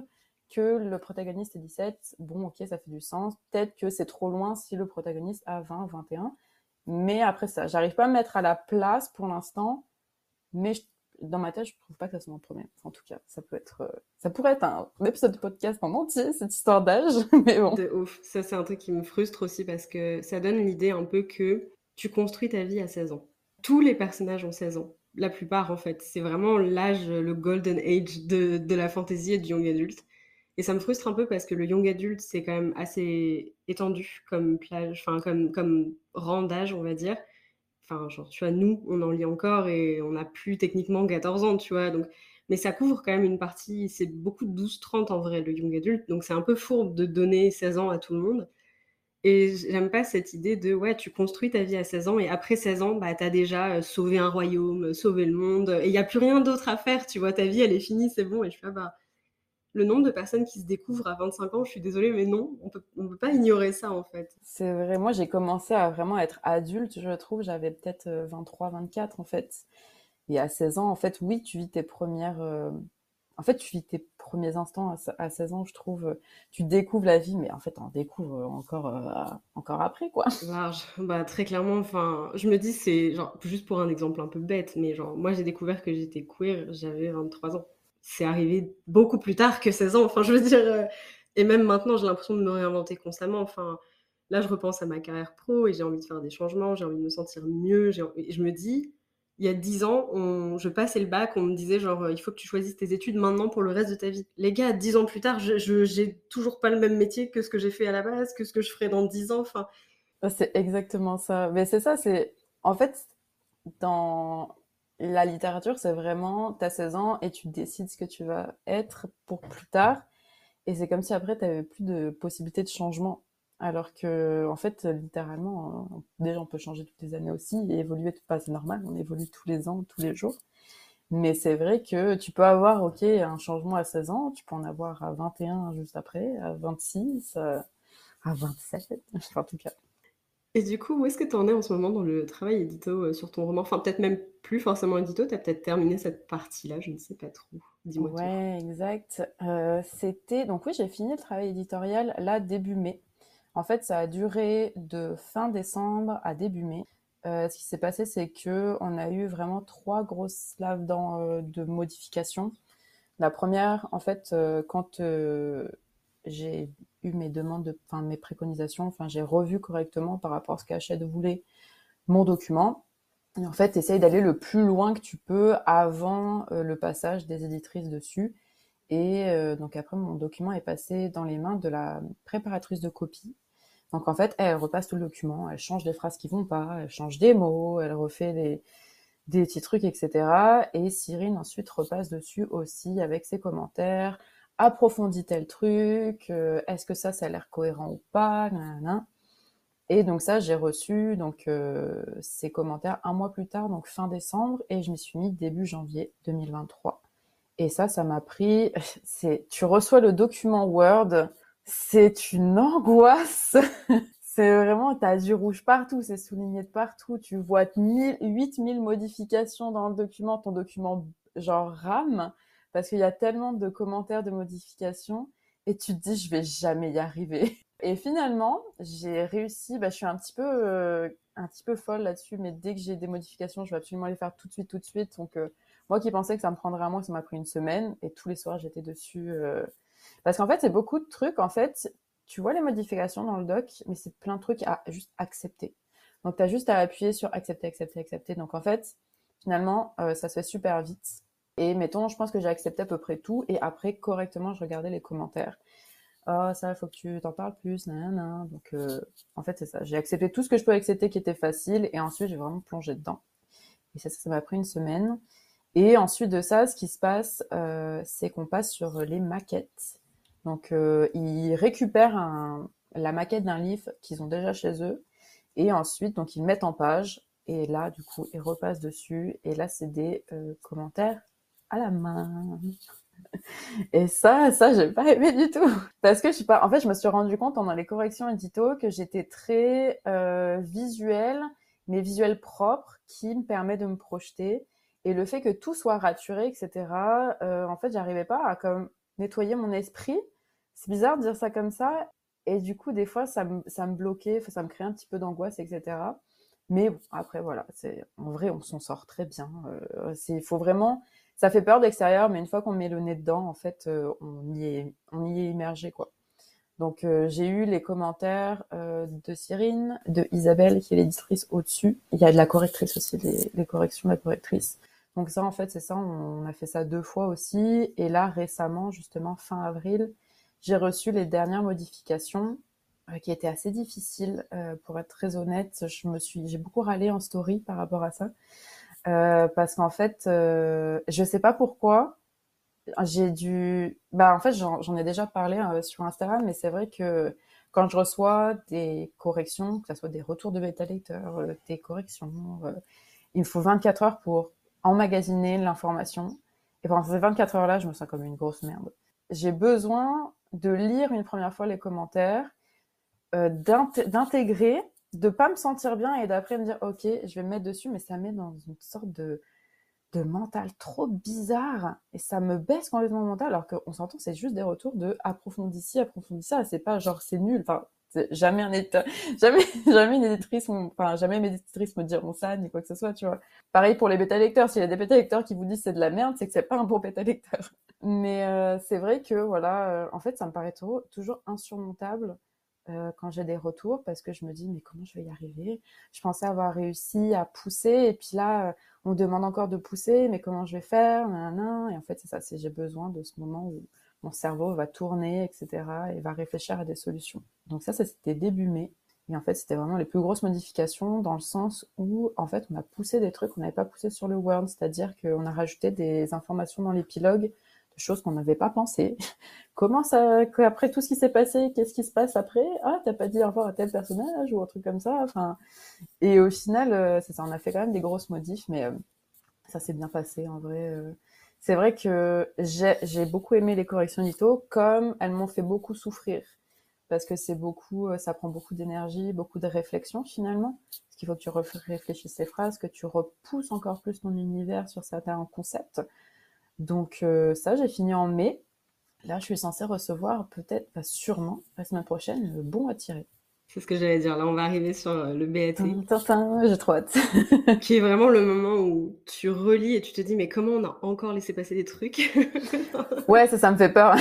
que le protagoniste est dix-sept, bon, ok, ça fait du sens. Peut-être que c'est trop loin si le protagoniste a vingt, vingt et un. Mais après ça, j'arrive pas à me mettre à la place pour l'instant. Mais je, dans ma tête, je trouve pas que ça soit mon problème. Enfin, en tout cas, ça peut être, euh, ça pourrait être un, un épisode de podcast en entier, cette histoire d'âge. Mais bon. De ouf. Ça, c'est un truc qui me frustre aussi parce que ça donne l'idée un peu que tu construis ta vie à seize ans. Tous les personnages ont seize ans. La plupart, en fait. C'est vraiment l'âge, le golden age de, de la fantasy et du young adulte. Et ça me frustre un peu parce que le young adulte, c'est quand même assez étendu comme plage, enfin, comme, comme rang d'âge, on va dire. Enfin, genre, tu vois, nous, on en lit encore et on n'a plus techniquement quatorze ans, tu vois. Donc, mais ça couvre quand même une partie, c'est beaucoup de douze trente en vrai, le young adulte. Donc, c'est un peu fourbe de donner seize ans à tout le monde. Et j'aime pas cette idée de, ouais, tu construis ta vie à seize ans et après seize ans, bah, t'as déjà euh, sauvé un royaume, euh, sauvé le monde et il n'y a plus rien d'autre à faire, tu vois. Ta vie, elle est finie, c'est bon. Et je fais, ah, bah, le nombre de personnes qui se découvrent à vingt-cinq ans, je suis désolée, mais non, on peut, on peut pas ignorer ça, en fait. C'est vrai, moi j'ai commencé à vraiment être adulte, je trouve, j'avais peut-être euh, vingt-trois, vingt-quatre en fait. Et à seize ans, en fait, oui, tu vis tes premières... euh, En fait, tu vis tes premiers instants à, se- à seize ans, je trouve. euh, Tu découvres la vie, mais en fait, on découvre encore, euh, encore après, quoi. Large, bah très clairement, enfin, je me dis, c'est genre, juste pour un exemple un peu bête, mais genre, moi j'ai découvert que j'étais queer, j'avais vingt-trois ans. C'est arrivé beaucoup plus tard que seize ans, enfin, je veux dire, euh, et même maintenant, j'ai l'impression de me réinventer constamment, enfin, là, je repense à ma carrière pro et j'ai envie de faire des changements, j'ai envie de me sentir mieux, j'ai, et je me dis, il y a dix ans, on, je passais le bac, on me disait genre, euh, il faut que tu choisisses tes études maintenant pour le reste de ta vie. Les gars, dix ans plus tard, je, je- j'ai toujours pas le même métier que ce que j'ai fait à la base, que ce que je ferai dans dix ans, enfin, C'est exactement ça. Mais c'est ça, c'est... En fait, dans la littérature, c'est vraiment, t'as seize ans et tu décides ce que tu vas être pour plus tard. Et c'est comme si après, t'avais plus de possibilités de changement. Alors que, en fait, littéralement, euh, déjà, on peut changer toutes les années aussi et évoluer, pas, c'est normal, on évolue tous les ans, tous les jours. Mais c'est vrai que tu peux avoir, ok, un changement à seize ans, tu peux en avoir à vingt et un juste après, à vingt-six, euh, à vingt-sept, enfin, en tout cas. et du coup, où est-ce que tu en es en ce moment dans le travail édito euh, sur ton roman? Enfin, peut-être même plus forcément édito, tu as peut-être terminé cette partie-là, je ne sais pas trop. Dis-moi tout. Ouais, exact. Euh, c'était, donc oui, j'ai fini le travail éditorial là début mai. En fait, ça a duré de fin décembre à début mai. Euh, ce qui s'est passé, c'est que on a eu vraiment trois grosses laves dans, euh, de modifications. La première, en fait, euh, quand euh, j'ai eu mes demandes, de, enfin mes préconisations, enfin j'ai revu correctement par rapport à ce qu'Hachette voulait mon document. Et en fait, essaye d'aller le plus loin que tu peux avant euh, le passage des éditrices dessus. Et euh, donc après, mon document est passé dans les mains de la préparatrice de copie. Donc en fait, elle repasse tout le document, elle change des phrases qui vont pas, elle change des mots, elle refait des, des petits trucs, et cetera. Et Cyrine ensuite repasse dessus aussi avec ses commentaires, approfondit tel truc, euh, est-ce que ça, ça a l'air cohérent ou pas, nanana. Et donc ça, j'ai reçu donc euh, ces commentaires un mois plus tard, donc fin décembre, et je m'y suis mis début janvier deux mille vingt-trois. Et ça, ça m'a pris. C'est, tu reçois le document Word, c'est une angoisse. C'est vraiment, t'as du rouge partout, c'est souligné de partout. Tu vois huit mille modifications dans le document, ton document genre rame, parce qu'il y a tellement de commentaires de modifications, et tu te dis, je vais jamais y arriver. Et finalement, j'ai réussi, bah, je suis un petit peu, euh, un petit peu folle là-dessus, mais dès que j'ai des modifications, je vais absolument les faire tout de suite, tout de suite. Donc, euh, moi qui pensais que ça me prendrait un mois, ça m'a pris une semaine, et tous les soirs, j'étais dessus. euh, Parce qu'en fait, c'est beaucoup de trucs, en fait, tu vois les modifications dans le doc, mais c'est plein de trucs à juste accepter. Donc, tu as juste à appuyer sur accepter, accepter, accepter. Donc, en fait, finalement, euh, ça se fait super vite. Et mettons, je pense que j'ai accepté à peu près tout. Et après, correctement, je regardais les commentaires. Oh, ça, il faut que tu t'en parles plus, nanana. Donc, euh, en fait, c'est ça. J'ai accepté tout ce que je pouvais accepter qui était facile. Et ensuite, j'ai vraiment plongé dedans. Et ça, ça m'a pris une semaine. Et ensuite de ça, ce qui se passe, euh, c'est qu'on passe sur les maquettes. Donc, euh, ils récupèrent un, la maquette d'un livre qu'ils ont déjà chez eux, et ensuite, donc, ils le mettent en page, et là, du coup, ils repassent dessus, et là, c'est des euh, commentaires à la main. Et ça, ça, j'ai pas aimé du tout. Parce que je sais pas, en fait, je me suis rendu compte pendant les corrections édito que j'étais très euh, visuelle, mais visuel propre, qui me permet de me projeter. Et le fait que tout soit raturé, et cetera, euh, en fait, j'arrivais pas à comme nettoyer mon esprit. c'est bizarre de dire ça comme ça. Et du coup, des fois, ça me, ça me bloquait, ça me créait un petit peu d'angoisse, et cetera. Mais bon, après, voilà, c'est, en vrai, on s'en sort très bien. Euh, c'est, faut vraiment, ça fait peur de l'extérieur, mais une fois qu'on met le nez dedans, en fait, euh, on y est, on y est immergé, quoi. Donc, euh, j'ai eu les commentaires euh, de Cyrine, de Isabelle, qui est l'éditrice au-dessus. Il y a de la correctrice aussi, les, les corrections de la correctrice. Donc ça, en fait, c'est ça, on a fait ça deux fois aussi. Et là, récemment, justement, fin avril, j'ai reçu les dernières modifications euh, qui étaient assez difficiles, euh, pour être très honnête. Je me suis, j'ai beaucoup râlé en story par rapport à ça. Euh, parce qu'en fait, euh, je sais pas pourquoi, j'ai dû... Bah, en fait, j'en, j'en ai déjà parlé euh, sur Instagram, mais c'est vrai que quand je reçois des corrections, que ce soit des retours de bêta-lecteurs, euh, des corrections, euh, il me faut vingt-quatre heures pour emmagasiner l'information. Et pendant ces vingt-quatre heures-là, je me sens comme une grosse merde. J'ai besoin de lire une première fois les commentaires, euh, d'int- d'intégrer, de pas me sentir bien et d'après me dire, ok, je vais me mettre dessus, mais ça met dans une sorte de de mental trop bizarre et ça me baisse complètement mon mental alors qu'on s'entend, c'est juste des retours de approfondis ci, approfondis ça, c'est pas genre c'est nul, enfin c'est jamais un éditeur, jamais, jamais une éditrice, enfin jamais mes éditrices me diront ça ni quoi que ce soit, tu vois. Pareil pour les bêta lecteurs, s'il y a des bêta lecteurs qui vous disent c'est de la merde, c'est que c'est pas un bon bêta lecteur. Mais euh, c'est vrai que voilà, euh, en fait ça me paraît toujours, toujours insurmontable euh, quand j'ai des retours parce que je me dis mais comment je vais y arriver? Je pensais avoir réussi à pousser et puis là euh, on me demande encore de pousser, mais comment je vais faire, nanana. Et en fait, c'est ça, c'est j'ai besoin de ce moment où mon cerveau va tourner, et cetera, et va réfléchir à des solutions. Donc ça, ça c'était début mai. Et en fait, c'était vraiment les plus grosses modifications dans le sens où, en fait, on a poussé des trucs qu'on n'avait pas poussé sur le Word, c'est-à-dire qu'on a rajouté des informations dans l'épilogue, de choses qu'on n'avait pas pensé. Comment ça, après tout ce qui s'est passé, qu'est-ce qui se passe après? Ah, t'as pas dit au revoir à tel personnage ou un truc comme ça. Enfin, et au final, euh, c'est ça, on a fait quand même des grosses modifs, mais euh, ça s'est bien passé en vrai. euh. C'est vrai que j'ai, j'ai beaucoup aimé les corrections Nito, comme elles m'ont fait beaucoup souffrir. Parce que c'est beaucoup, euh, ça prend beaucoup d'énergie, beaucoup de réflexion finalement. Parce qu'il faut que tu ref- réfléchisses ces phrases, que tu repousses encore plus ton univers sur certains concepts. Donc euh, ça, j'ai fini en mai. Là, je suis censée recevoir peut-être, pas sûrement, la semaine prochaine, le bon à tirer. C'est ce que j'allais dire. Là, on va arriver sur euh, le B A T, Tintin, j'ai trop hâte. qui est vraiment le moment où tu relis et tu te dis, mais comment on a encore laissé passer des trucs? Ouais, ça, ça me fait peur.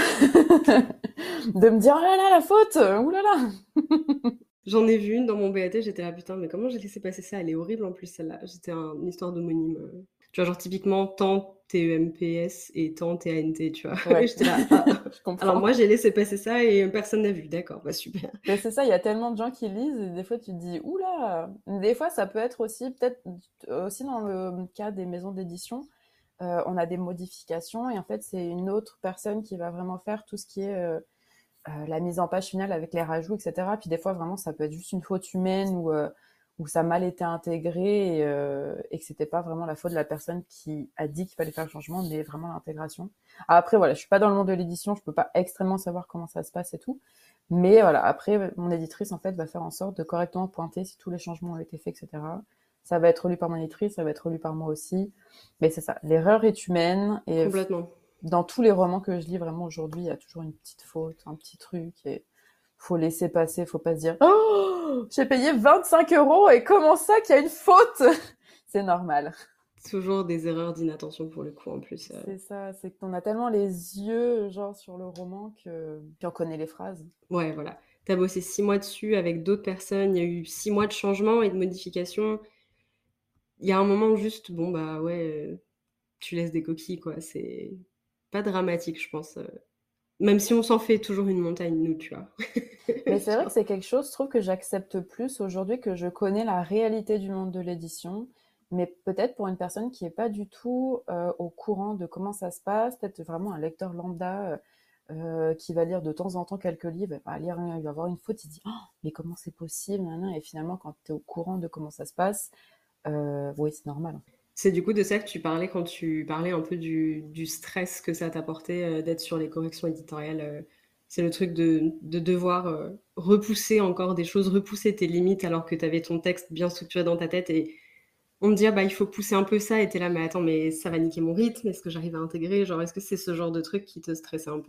De me dire, oh là là, la faute, ouh là là. J'en ai vu une dans mon B A T, j'étais là, putain, mais comment j'ai laissé passer ça? Elle est horrible en plus, celle-là. C'était un- une histoire d'homonyme. euh. Tu vois, genre typiquement, tant T E M P S et tant T A N T, tu vois. Ouais, J'étais là, ah. je Alors comprends. moi, j'ai laissé passer ça et personne n'a vu. D'accord, bah super. Mais c'est ça, il y a tellement de gens qui lisent et des fois tu te dis, oula. Des fois, ça peut être aussi, peut-être aussi dans le cas des maisons d'édition, euh, on a des modifications et en fait, c'est une autre personne qui va vraiment faire tout ce qui est euh, euh, la mise en page finale avec les rajouts, et cetera. Puis des fois, vraiment, ça peut être juste une faute humaine ou euh, où ça a mal été intégré et, euh, et que c'était pas vraiment la faute de la personne qui a dit qu'il fallait faire le changement, mais vraiment l'intégration. Après, voilà, je suis pas dans le monde de l'édition, je peux pas extrêmement savoir comment ça se passe et tout. Mais voilà, après, mon éditrice, en fait, va faire en sorte de correctement pointer si tous les changements ont été faits, et cetera. Ça va être lu par mon éditrice, ça va être lu par moi aussi. Mais c'est ça, l'erreur est humaine et Complètement. dans tous les romans que je lis vraiment aujourd'hui, il y a toujours une petite faute, un petit truc et faut laisser passer, faut pas se dire oh, j'ai payé vingt-cinq euros et comment ça qu'il y a une faute? C'est normal. Toujours des erreurs d'inattention pour le coup en plus. euh. C'est ça, c'est qu'on a tellement les yeux genre sur le roman que puis on connaît les phrases. Ouais, voilà. T'as bossé six mois dessus avec d'autres personnes, il y a eu six mois de changements et de modifications. Il y a un moment où juste, bon bah ouais, euh, tu laisses des coquilles, quoi. C'est pas dramatique, je pense. euh. Même si on s'en fait toujours une montagne, nous, tu vois. Mais c'est vrai que Genre, c'est quelque chose, je trouve que j'accepte plus aujourd'hui que je connais la réalité du monde de l'édition. Mais peut-être pour une personne qui est pas du tout euh, au courant de comment ça se passe, peut-être vraiment un lecteur lambda euh, qui va lire de temps en temps quelques livres, il va lire, il va avoir une faute, il dit oh, mais comment c'est possible, nanana. Et finalement quand tu es au courant de comment ça se passe, euh, oui c'est normal. c'est du coup de ça que tu parlais quand tu parlais un peu du, du stress que ça t'apportait euh, d'être sur les corrections éditoriales. euh. C'est le truc de, de devoir euh, repousser encore des choses, repousser tes limites alors que tu avais ton texte bien structuré dans ta tête et on te dit, ah bah, il faut pousser un peu ça, et t'es là, mais attends, mais ça va niquer mon rythme, est-ce que j'arrive à intégrer? Genre, est-ce que c'est ce genre de truc qui te stressait un peu?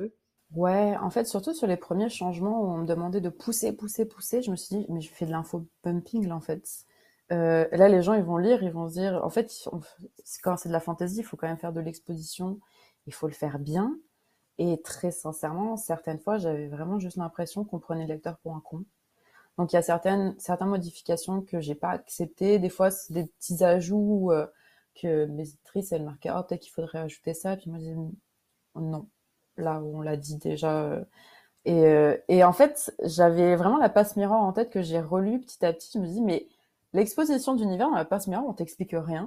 Ouais, en fait, surtout sur les premiers changements où on me demandait de pousser, pousser, pousser, je me suis dit, mais je fais de l'info-pumping là en fait. Euh, là, les gens, ils vont lire, ils vont se dire, en fait, on- c'est- quand c'est de la fantaisie, il faut quand même faire de l'exposition, il faut le faire bien. Et très sincèrement, certaines fois, j'avais vraiment juste l'impression qu'on prenait le lecteur pour un con. Donc il y a certaines, certaines modifications que j'ai pas acceptées. Des fois, c'est des petits ajouts euh, que mes éditrices, elles marquaient, oh, peut-être qu'il faudrait ajouter ça. Puis moi, je disais, non, là où on l'a dit déjà. euh. Et, euh, et en fait, j'avais vraiment la passe miroir en tête que j'ai relue petit à petit. Je me dis, mais l'exposition d'univers dans la passe miroir, on t'explique rien.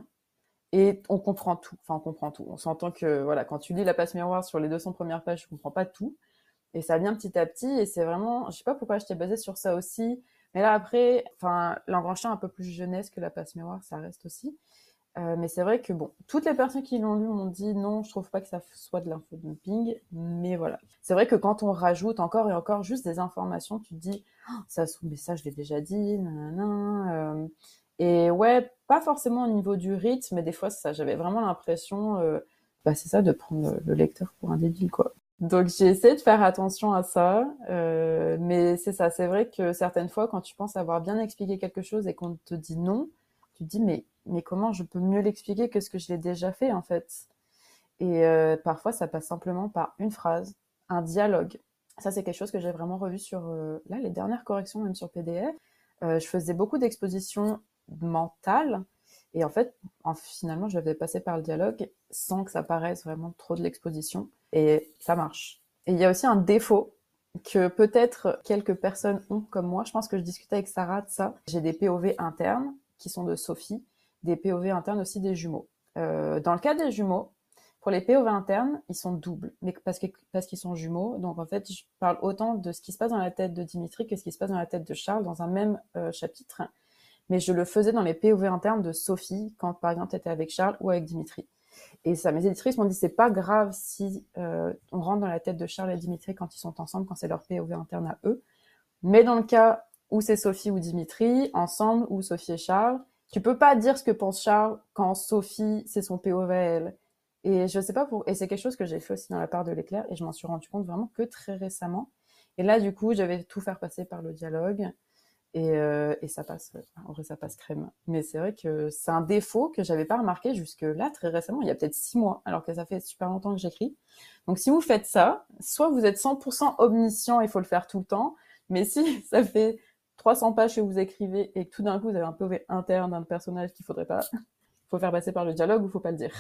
Et on comprend tout. Enfin, on comprend tout. On s'entend que, voilà, quand tu lis la passe miroir sur les deux cents premières pages, tu comprends pas tout. Et ça vient petit à petit. Et c'est vraiment, je sais pas pourquoi je t'ai basée sur ça aussi. Mais là, après, enfin, l'engranchant un peu plus jeunesse que la passe miroir, ça reste aussi. Euh, mais c'est vrai que bon, toutes les personnes qui l'ont lu m'ont dit non, je trouve pas que ça soit de l'infodumping, mais voilà. C'est vrai que quand on rajoute encore et encore juste des informations, tu te dis, oh, ça, mais ça, je l'ai déjà dit, nanana. Euh, et ouais, pas forcément au niveau du rythme, mais des fois, ça, j'avais vraiment l'impression, euh, bah, c'est ça, de prendre le, le lecteur pour un débile, quoi. Donc j'ai essayé de faire attention à ça, euh, mais c'est ça, c'est vrai que certaines fois, quand tu penses avoir bien expliqué quelque chose et qu'on te dit non, tu te dis mais mais comment je peux mieux l'expliquer que ce que je l'ai déjà fait en fait. Et euh, parfois ça passe simplement par une phrase, un dialogue. Ça c'est quelque chose que j'ai vraiment revu sur euh, là les dernières corrections même sur P D F. Euh, je faisais beaucoup d'expositions mentales et en fait en, finalement je devais passer par le dialogue sans que ça paraisse vraiment trop de l'exposition et ça marche. Et il y a aussi un défaut que peut-être quelques personnes ont comme moi. Je pense que je discutais avec Sarah de ça. J'ai des P O V internes qui sont de Sophie, des P O V internes aussi des jumeaux. Euh, dans le cas des jumeaux, pour les P O V internes, ils sont doubles, mais parce que parce qu'ils sont jumeaux. Donc en fait, je parle autant de ce qui se passe dans la tête de Dimitri que ce qui se passe dans la tête de Charles dans un même euh, chapitre. Mais je le faisais dans les P O V internes de Sophie quand par exemple tu étais avec Charles ou avec Dimitri. Et ça, mes éditrices m'ont dit c'est pas grave si euh, on rentre dans la tête de Charles et Dimitri quand ils sont ensemble, quand c'est leur P O V interne à eux. Mais dans le cas où c'est Sophie ou Dimitri, ensemble, ou Sophie et Charles, tu peux pas dire ce que pense Charles quand Sophie, c'est son P O V à elle. Et je sais pas pour, et c'est quelque chose que j'ai fait aussi dans la part de l'éclair, et je m'en suis rendu compte vraiment que très récemment. Et là, du coup, j'avais tout faire passer par le dialogue. Et, euh, et ça passe, en vrai, ça passe crème. Mais c'est vrai que c'est un défaut que j'avais pas remarqué jusque là, très récemment, il y a peut-être six mois, alors que ça fait super longtemps que j'écris. Donc si vous faites ça, soit vous êtes cent pour cent omniscient, il faut le faire tout le temps, mais si ça fait trois cents pages que vous écrivez et que tout d'un coup vous avez un P O V interne d'un personnage qu'il faudrait pas, il faut faire passer par le dialogue ou faut pas le dire.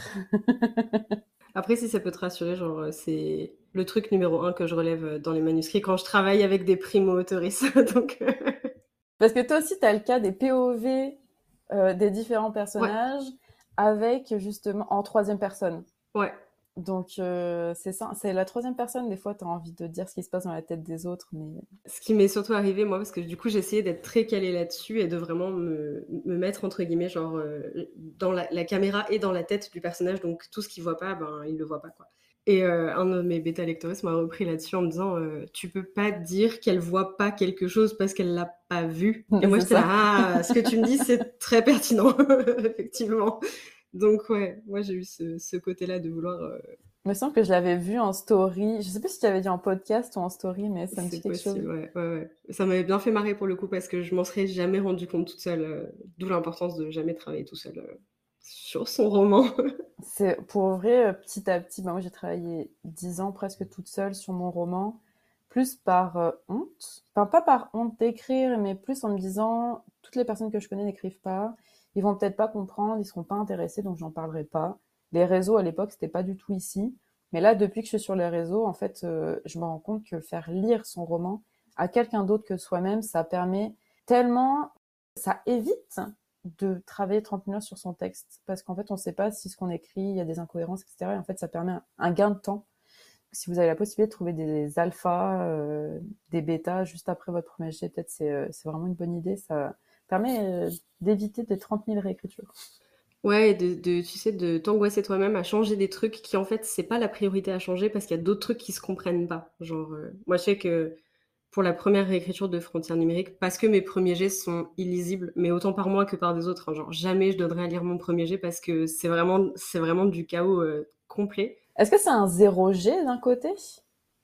Après, si ça peut te rassurer, genre, euh, c'est le truc numéro un que je relève euh, dans les manuscrits quand je travaille avec des primo-autoristes. Donc, euh, Parce que toi aussi, tu as le cas des P O V euh, des différents ouais, personnages avec justement en troisième personne. ouais. Donc, euh, c'est ça, c'est la troisième personne. Des fois, tu as envie de dire ce qui se passe dans la tête des autres, mais Ce qui m'est surtout arrivé, moi, parce que du coup, j'ai essayé d'être très calée là-dessus et de vraiment me, me mettre, entre guillemets, genre, euh, dans la, la caméra et dans la tête du personnage. Donc, tout ce qu'il voit pas, ben, il le voit pas, quoi. Et euh, un de mes bêta-lectoristes m'a repris là-dessus en me disant euh, tu peux pas dire qu'elle voit pas quelque chose parce qu'elle l'a pas vu. Et moi, c'est j'étais là, ça. ah, ce que tu me dis, c'est très pertinent, effectivement. Donc, ouais, moi, j'ai eu ce, ce côté-là de vouloir. euh, Il me semble que je l'avais vu en story. Je sais pas si tu avais dit en podcast ou en story, mais ça me dit C'est quelque chose. possible, ouais, ouais, ouais. Ça m'avait bien fait marrer pour le coup parce que je m'en serais jamais rendu compte toute seule, euh, d'où l'importance de jamais travailler tout seul euh, sur son roman. C'est pour vrai, euh, petit à petit, bah moi j'ai travaillé dix ans presque toute seule sur mon roman, plus par euh, honte, enfin pas par honte d'écrire, mais plus en me disant toutes les personnes que je connais n'écrivent pas, ils vont peut-être pas comprendre, ils seront pas intéressés, donc j'en parlerai pas. Les réseaux à l'époque c'était pas du tout ici, mais là depuis que je suis sur les réseaux, en fait, euh, je me rends compte que faire lire son roman à quelqu'un d'autre que soi-même, ça permet tellement, ça évite de travailler trente minutes sur son texte parce qu'en fait on ne sait pas si ce qu'on écrit il y a des incohérences etc et en fait ça permet un, un gain de temps si vous avez la possibilité de trouver des alphas euh, des bêtas juste après votre premier jet peut-être c'est, euh, c'est vraiment une bonne idée ça permet euh, d'éviter des trente mille réécritures. Ouais, et de, de, tu sais, de t'angoisser toi-même à changer des trucs qui en fait c'est pas la priorité à changer parce qu'il y a d'autres trucs qui se comprennent pas. Genre, euh, moi je sais que pour la première réécriture de Frontières numériques, parce que mes premiers jets sont illisibles, mais autant par moi que par des autres, hein, genre jamais je donnerais à lire mon premier jet parce que c'est vraiment, c'est vraiment du chaos euh, complet. Est-ce que c'est un zéro G d'un côté?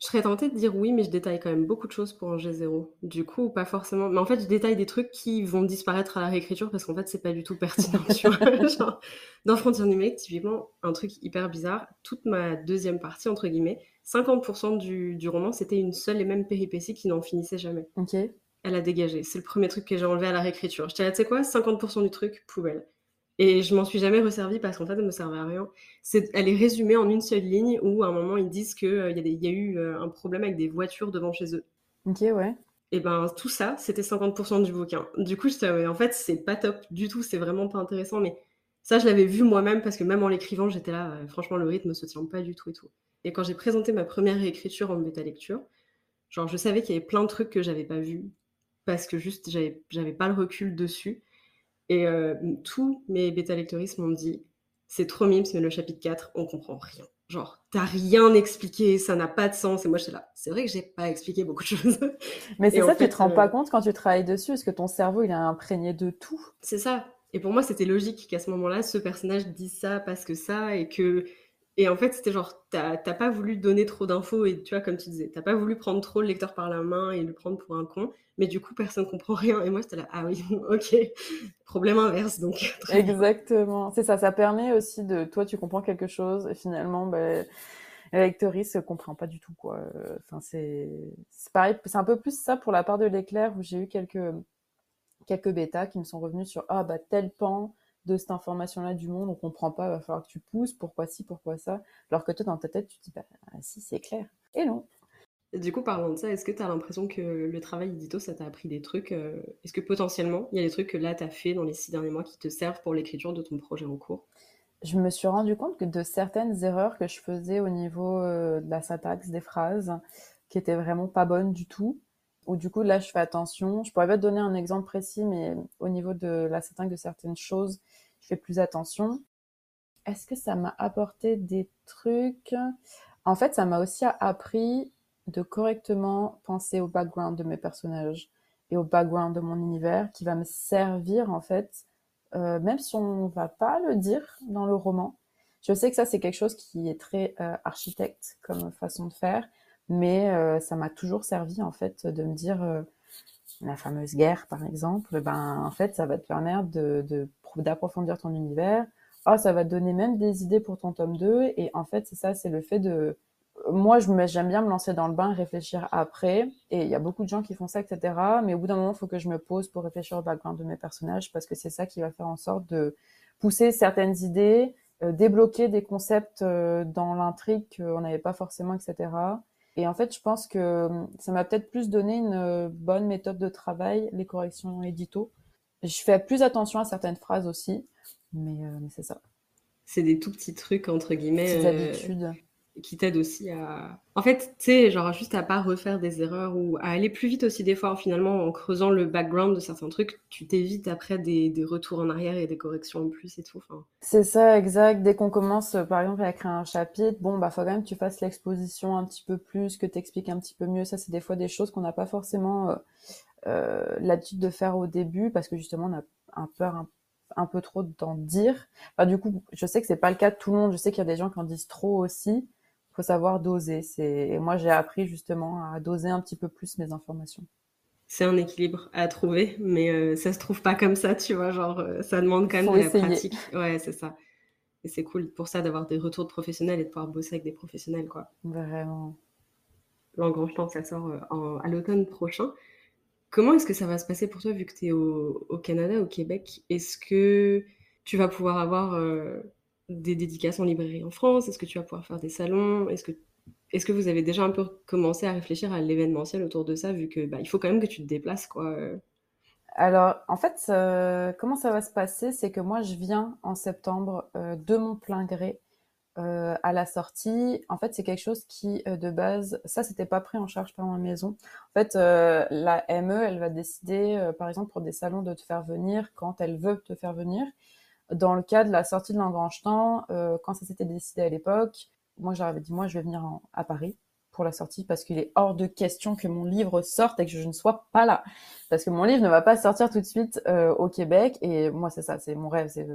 Je serais tentée de dire oui, mais je détaille quand même beaucoup de choses pour un G zéro. Du coup, pas forcément. Mais en fait, je détaille des trucs qui vont disparaître à la réécriture parce qu'en fait, c'est pas du tout pertinent, tu vois. Genre, dans Frontières numériques, typiquement, un truc hyper bizarre, toute ma deuxième partie, entre guillemets, cinquante pour cent du, du roman, c'était une seule et même péripétie qui n'en finissait jamais. Ok. Elle a dégagé. C'est le premier truc que j'ai enlevé à la réécriture. Je t'ai dit, tu sais quoi, cinquante pour cent du truc, poubelle. Et je m'en suis jamais resservie parce qu'en fait, elle me servait à rien. C'est, elle est résumée en une seule ligne où à un moment, ils disent qu'il euh, y, a des- y a eu euh, un problème avec des voitures devant chez eux. Ok, ouais. Et ben, tout ça, c'était cinquante pour cent du bouquin. Du coup, je ouais, en fait, c'est pas top du tout, c'est vraiment pas intéressant. Mais ça, je l'avais vu moi-même parce que même en l'écrivant, j'étais là, euh, franchement, le rythme se tient pas du tout et tout. Et quand j'ai présenté ma première réécriture en bêta-lecture, genre, je savais qu'il y avait plein de trucs que j'avais pas vus parce que juste, j'avais, j'avais pas le recul dessus. Et euh, tous mes bêta-lectoristes m'ont dit c'est trop mimes, mais le chapitre quatre, on comprend rien. Genre, t'as rien expliqué, ça n'a pas de sens. Et moi, j'étais là. C'est vrai que j'ai pas expliqué beaucoup de choses. Mais Et c'est en ça, tu te fait, rends pas euh, compte quand tu travailles dessus, parce que ton cerveau, il est imprégné de tout. c'est ça. Et pour moi, c'était logique qu'à ce moment-là, ce personnage dise ça parce que ça, et que. Et en fait, c'était genre, t'as t'as pas voulu donner trop d'infos, et tu vois, comme tu disais, t'as pas voulu prendre trop le lecteur par la main et le prendre pour un con, mais du coup, personne comprend rien. Et moi, j'étais là, ah oui, ok, problème inverse, donc très bien. Exactement. C'est ça, ça permet aussi de, toi, tu comprends quelque chose, et finalement, ben, la lectrice ne comprend pas du tout, quoi. Euh, Enfin, c'est, c'est pareil, c'est un peu plus ça pour la part de l'éclair, où j'ai eu quelques, quelques bêtas qui me sont revenus sur, ah, bah, tel pan de cette information-là du monde, on comprend pas, va falloir que tu pousses, pourquoi ci, pourquoi ça. Alors que toi, dans ta tête, tu te dis, bah, si, c'est clair. Et non. Et du coup, parlant de ça, est-ce que tu as l'impression que le travail édito, ça t'a appris des trucs euh, Est-ce que potentiellement, il y a des trucs que là, tu as fait dans les six derniers mois qui te servent pour l'écriture de ton projet en cours? Je me suis rendu compte que de certaines erreurs que je faisais au niveau euh, de la syntaxe des phrases, qui étaient vraiment pas bonnes du tout, ou du coup là je fais attention. Je pourrais pas te donner un exemple précis, mais au niveau de la syntaxe de certaines choses, je fais plus attention. Est-ce que ça m'a apporté des trucs? En fait, ça m'a aussi appris de correctement penser au background de mes personnages et au background de mon univers qui va me servir en fait, euh, même si on va pas le dire dans le roman. Je sais que ça c'est quelque chose qui est très euh, architecte comme façon de faire, mais euh, ça m'a toujours servi en fait de me dire euh, la fameuse guerre par exemple, ben en fait ça va te permettre de, de d'approfondir ton univers. Ah, ça va te donner même des idées pour ton tome deux. Et en fait, c'est ça, c'est le fait de... Moi, je me, j'aime bien me lancer dans le bain, réfléchir après. Et il y a beaucoup de gens qui font ça, et cetera. Mais au bout d'un moment, il faut que je me pose pour réfléchir au background de mes personnages parce que c'est ça qui va faire en sorte de pousser certaines idées, euh, débloquer des concepts euh, dans l'intrigue qu'on n'avait pas forcément, et cetera. Et en fait, je pense que ça m'a peut-être plus donné une bonne méthode de travail, les corrections édito. Je fais plus attention à certaines phrases aussi, mais, euh, mais c'est ça. C'est des tout petits trucs, entre guillemets, Petites euh, habitudes. qui t'aident aussi à... En fait, tu sais, genre juste à pas refaire des erreurs ou à aller plus vite aussi des fois, finalement, en creusant le background de certains trucs, tu t'évites après des, des retours en arrière et des corrections en plus et tout. Enfin, C'est ça, exact. Dès qu'on commence, euh, par exemple, à écrire un chapitre, bon, bah, faut quand même que tu fasses l'exposition un petit peu plus, que tu expliques un petit peu mieux. Ça, c'est des fois des choses qu'on n'a pas forcément euh, euh, l'habitude de faire au début parce que justement, on a un peur un, un peu trop d'en dire. Enfin, du coup, je sais que c'est pas le cas de tout le monde. Je sais qu'il y a des gens qui en disent trop aussi. Il faut savoir doser. C'est... Et moi, j'ai appris justement à doser un petit peu plus mes informations. c'est un équilibre à trouver, mais euh, ça se trouve pas comme ça, tu vois, genre, euh, ça demande quand même Faut de la essayer. pratique. Ouais, c'est ça. Et c'est cool pour ça d'avoir des retours de professionnels et de pouvoir bosser avec des professionnels, quoi. Vraiment. L'engrange-temps, ça sort euh, en- à l'automne prochain. Comment est-ce que ça va se passer pour toi vu que tu es au, au Canada, au Québec? Est-ce que tu vas pouvoir avoir euh, des dédicaces en librairie en France? Est-ce que tu vas pouvoir faire des salons? Est-ce que, est-ce que vous avez déjà un peu commencé à réfléchir à l'événementiel autour de ça, vu que bah, il faut quand même que tu te déplaces, quoi. euh. Alors, en fait, euh, comment ça va se passer? C'est que moi, je viens en septembre euh, de mon plein gré euh, à la sortie. En fait, c'est quelque chose qui, euh, de base, ça, c'était pas pris en charge par ma maison. En fait, euh, la M E, elle va décider, euh, par exemple, pour des salons, de te faire venir quand elle veut te faire venir. Dans le cas de la sortie de l'Engrange-Temps, euh, quand ça s'était décidé à l'époque, moi, j'avais dit, moi, je vais venir en- à Paris pour la sortie parce qu'il est hors de question que mon livre sorte et que je ne sois pas là. Parce que mon livre ne va pas sortir tout de suite euh, au Québec. Et moi, c'est ça, c'est mon rêve. C'est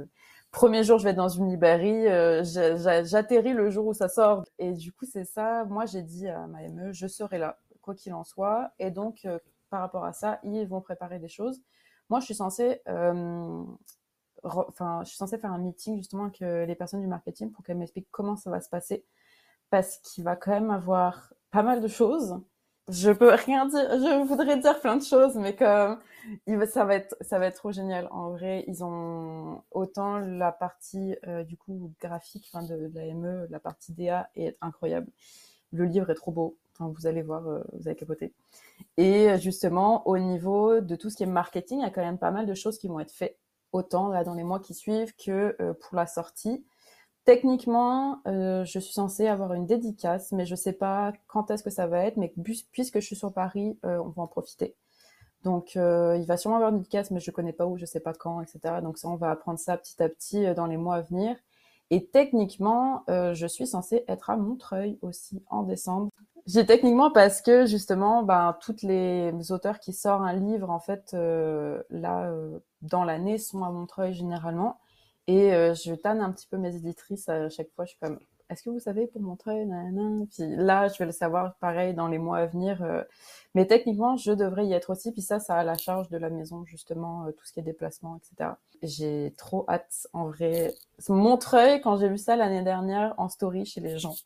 Premier jour, je vais être dans une librairie, euh, j'a- j'a- j'atterris le jour où ça sort. Et du coup, c'est ça. Moi, j'ai dit à ma M E, je serai là, quoi qu'il en soit. Et donc, euh, par rapport à ça, ils vont préparer des choses. Moi, je suis censée, euh, re- enfin, je suis censée faire un meeting justement avec euh, les personnes du marketing pour qu'elles m'expliquent comment ça va se passer, parce qu'il va quand même avoir pas mal de choses. Je peux rien dire, je voudrais dire plein de choses, mais comme il va, ça va être, ça va être trop génial. En vrai, ils ont autant la partie euh, du coup graphique, enfin de, de la M E, la partie D A est incroyable. Le livre est trop beau. Enfin, vous allez voir, euh, vous allez capoter. Et justement, au niveau de tout ce qui est marketing, il y a quand même pas mal de choses qui vont être faites, autant là dans les mois qui suivent que euh, pour la sortie. Techniquement, euh, je suis censée avoir une dédicace, mais je sais pas quand est-ce que ça va être. Mais puisque je suis sur Paris, euh, on va en profiter. Donc, euh, il va sûrement avoir une dédicace, mais je connais pas où, je sais pas quand, et cetera. Donc ça, on va apprendre ça petit à petit euh, dans les mois à venir. Et techniquement, euh, je suis censée être à Montreuil aussi en décembre. J'ai techniquement parce que justement, ben, toutes les auteurs qui sortent un livre, en fait, euh, là, euh, dans l'année, sont à Montreuil généralement. Et euh, je tanne un petit peu mes éditrices à chaque fois. Je suis comme, est-ce que vous savez pour Montreuil, nanana. Puis là, je vais le savoir pareil dans les mois à venir. euh. Mais techniquement, je devrais y être aussi. Puis ça, ça a la charge de la maison, justement, euh, tout ce qui est déplacement, et cetera. J'ai trop hâte, en vrai. Montreuil, quand j'ai vu ça l'année dernière en story chez les gens.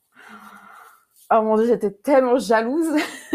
Oh mon dieu, j'étais tellement jalouse.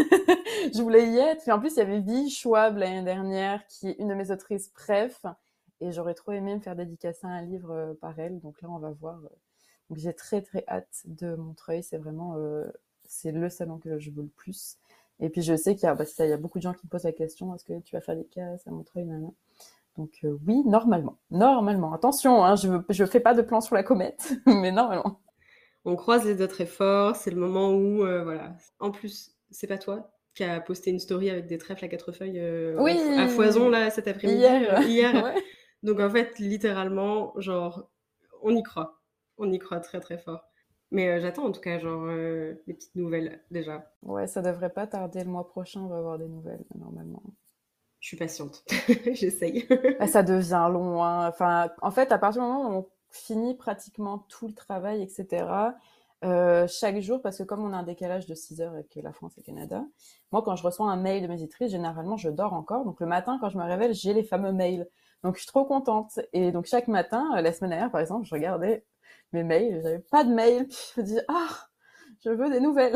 Je voulais y être. Puis en plus, il y avait Vi Schwab l'année dernière, qui est une de mes autrices préf. Et j'aurais trop aimé me faire dédicacer un livre euh, par elle. Donc là, on va voir. Donc j'ai très très hâte de Montreuil. C'est vraiment euh, c'est le salon que je veux le plus. Et puis je sais qu'il y a, bah, ça, il y a beaucoup de gens qui me posent la question, est-ce que tu vas faire des casses à Montreuil, nana. Donc euh, oui, normalement. Normalement. Attention, hein, je ne fais pas de plan sur la comète, mais normalement. On croise les doigts très fort, c'est le moment où, euh, voilà. En plus, c'est pas toi qui a posté une story avec des trèfles à quatre feuilles euh, Oui, en- à foison, là, cet après-midi, euh, hier. hier. Ouais. Donc, en fait, littéralement, genre, on y croit. On y croit très, très fort. Mais euh, j'attends, en tout cas, genre, euh, les petites nouvelles, déjà. Ouais, ça devrait pas tarder. Le mois prochain, on va avoir des nouvelles, normalement. Je suis patiente. J'essaye. Ah, ça devient long, hein. Enfin, en fait, à partir du moment où on finit pratiquement tout le travail, et cetera, euh, chaque jour, parce que comme on a un décalage de six heures avec la France et le Canada, moi, quand je reçois un mail de mes éditrices, généralement, je dors encore. Donc, le matin, quand je me réveille, j'ai les fameux mails. Donc, je suis trop contente. Et donc, chaque matin, euh, la semaine dernière, par exemple, je regardais mes mails, j'avais pas de mail, puis je me dis, ah, je veux des nouvelles.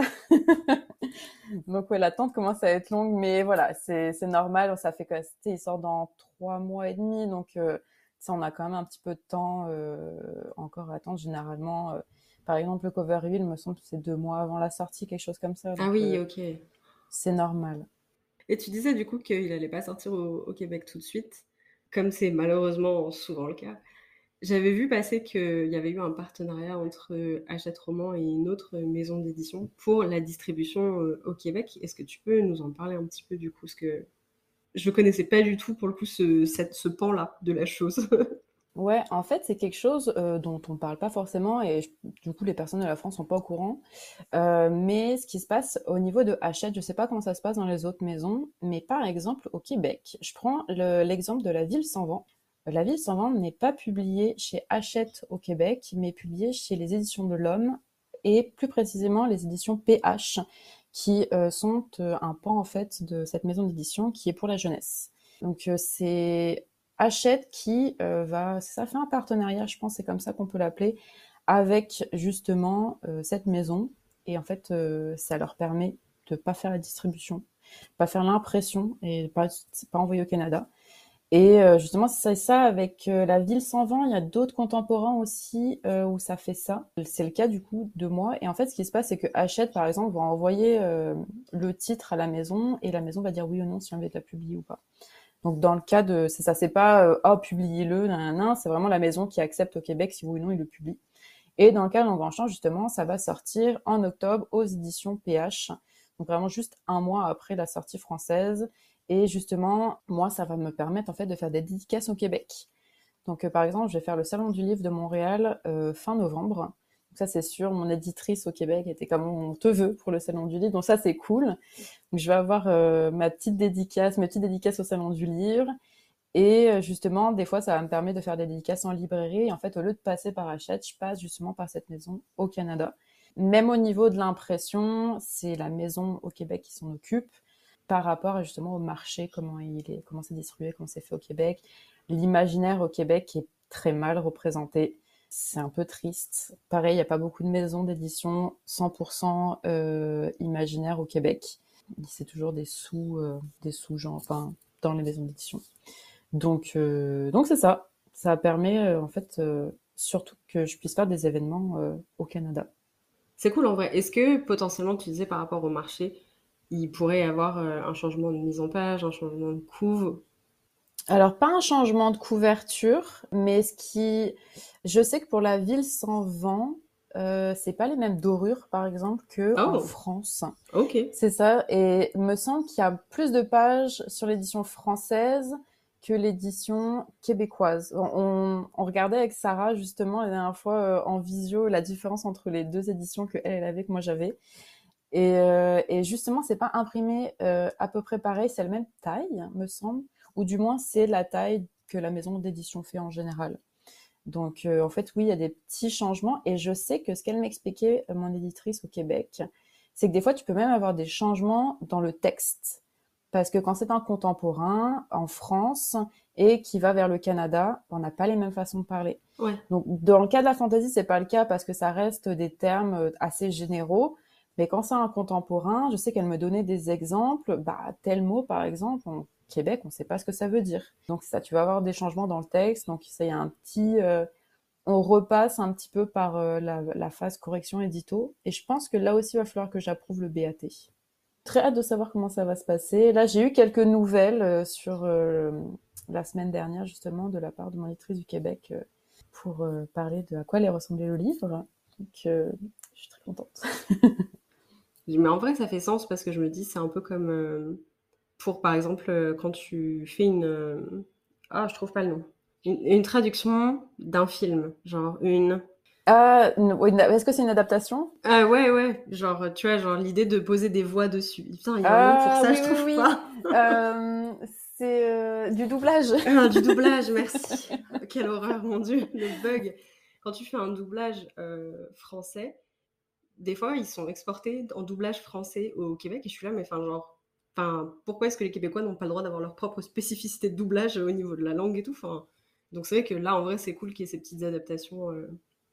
Donc ouais, l'attente commence à être longue, mais voilà, c'est c'est normal. Ça fait que il sort dans trois mois et demi, donc euh, ça, on a quand même un petit peu de temps euh, encore à attendre. Généralement, euh, par exemple, le cover reveal, il me semble que c'est deux mois avant la sortie, quelque chose comme ça. Ah Donc oui, euh, ok. c'est normal. Et tu disais, du coup, qu'il allait pas sortir au, au Québec tout de suite, comme c'est malheureusement souvent le cas. J'avais vu passer qu'il y avait eu un partenariat entre euh, Hachette Roman et une autre maison d'édition pour la distribution euh, au Québec. Est-ce que tu peux nous en parler un petit peu du coup? Parce que je ne connaissais pas du tout pour le coup ce, cette, ce pan-là de la chose. Ouais, en fait, c'est quelque chose euh, dont on parle pas forcément et je- du coup, les personnes de la France sont pas au courant. Euh, mais ce qui se passe au niveau de Hachette, je sais pas comment ça se passe dans les autres maisons, mais par exemple, au Québec, je prends le- l'exemple de La Ville sans vent. La Ville sans vent n'est pas publiée chez Hachette au Québec, mais publiée chez les éditions de l'Homme et plus précisément les éditions P H, qui euh, sont euh, un pan en fait de cette maison d'édition qui est pour la jeunesse. Donc euh, c'est Hachette qui euh, va, ça fait un partenariat, je pense, c'est comme ça qu'on peut l'appeler, avec justement euh, cette maison. Et en fait, euh, ça leur permet de pas faire la distribution, pas faire l'impression et pas, pas envoyer au Canada. Et euh, justement, c'est ça avec euh, La Ville sans vent. Il y a d'autres contemporains aussi euh, où ça fait ça. C'est le cas du coup de moi. Et en fait, ce qui se passe, c'est que Hachette, par exemple, va envoyer euh, le titre à la maison et la maison va dire oui ou non si on veut la publier ou pas. Donc dans le cas de, c'est ça, c'est pas euh, oh publiez-le, nan, nan, nan, c'est vraiment la maison qui accepte au Québec si oui ou non il le publie. Et dans le cas de Langue en Chant, justement, ça va sortir en octobre aux éditions P H, donc vraiment juste un mois après la sortie française. Et justement, moi, ça va me permettre en fait de faire des dédicaces au Québec. Donc, euh, par exemple, je vais faire le Salon du Livre de Montréal euh, fin novembre. Donc ça, c'est sûr, mon éditrice au Québec était comme on te veut pour le Salon du Livre. Donc ça, c'est cool. Donc, je vais avoir euh, ma petite dédicace, mes petites dédicaces au Salon du Livre. Et euh, justement, des fois, ça me permet de faire des dédicaces en librairie. Et en fait, au lieu de passer par Hachette, je passe justement par cette maison au Canada. Même au niveau de l'impression, c'est la maison au Québec qui s'en occupe par rapport justement au marché, comment il est, comment c'est distribué, comment c'est fait au Québec. L'imaginaire au Québec est très mal représenté. C'est un peu triste. Pareil, il n'y a pas beaucoup de maisons d'édition cent pour cent euh, imaginaire au Québec. C'est toujours des sous, euh, des sous-genres, enfin, dans les maisons d'édition. Donc, euh, donc c'est ça. Ça permet euh, en fait euh, surtout que je puisse faire des événements euh, au Canada. C'est cool en vrai. Est-ce que potentiellement, tu disais par rapport au marché, il pourrait y avoir euh, un changement de mise en page, un changement de couve? Alors, pas un changement de couverture, mais ce qui... Je sais que pour la ville sans vent, euh, c'est pas les mêmes dorures, par exemple, que en Oh, France. ok. C'est ça. Et il me semble qu'il y a plus de pages sur l'édition française que l'édition québécoise. On, on, on regardait avec Sarah, justement, la dernière fois, euh, en visio, la différence entre les deux éditions que elle, elle avait, que moi j'avais. Et, euh, et justement, c'est pas imprimé euh, à peu près pareil, c'est la même taille, me semble, ou du moins c'est la taille que la maison d'édition fait en général. Donc euh, en fait, oui, il y a des petits changements, et je sais que ce qu'elle m'expliquait, euh, mon éditrice au Québec, c'est que des fois, tu peux même avoir des changements dans le texte. Parce que quand c'est un contemporain en France et qui va vers le Canada, on n'a pas les mêmes façons de parler. Ouais. Donc, dans le cas de la fantasy, c'est pas le cas parce que ça reste des termes euh, assez généraux. Mais quand c'est un contemporain, je sais qu'elle me donnait des exemples. Bah, tel mot, par exemple, en Québec, on sait pas ce que ça veut dire. Donc, ça, tu vas avoir des changements dans le texte. Donc, ça y a un petit, euh, on repasse un petit peu par euh, la, la phase correction édito. Et je pense que là aussi, il va falloir que j'approuve le B A T. Très hâte de savoir comment ça va se passer. Là, j'ai eu quelques nouvelles euh, sur euh, la semaine dernière, justement, de la part de mon éditrice du Québec euh, pour euh, parler de à quoi allait ressembler le livre. Donc, euh, je suis très contente. Mais en vrai, ça fait sens parce que je me dis, c'est un peu comme euh, pour, par exemple, euh, quand tu fais une... euh, Ah, je trouve pas le nom. Une, une traduction d'un film. Genre une... Ah, une- une- est-ce que c'est une adaptation? Ah ouais, ouais. Genre, tu vois, genre l'idée de poser des voix dessus. Putain, il y a un nom pour Ah, ça, oui, je oui, trouve oui. pas. Euh, c'est euh, du doublage. Ah, du doublage, merci. Quelle horreur, mon Dieu, le bug. Quand tu fais un doublage euh, français, des fois, ils sont exportés en doublage français au Québec et je suis là, mais enfin, genre, enfin, pourquoi est-ce que les Québécois n'ont pas le droit d'avoir leur propre spécificité de doublage au niveau de la langue et tout, enfin, donc c'est vrai que là, en vrai, c'est cool qu'il y ait ces petites adaptations. euh.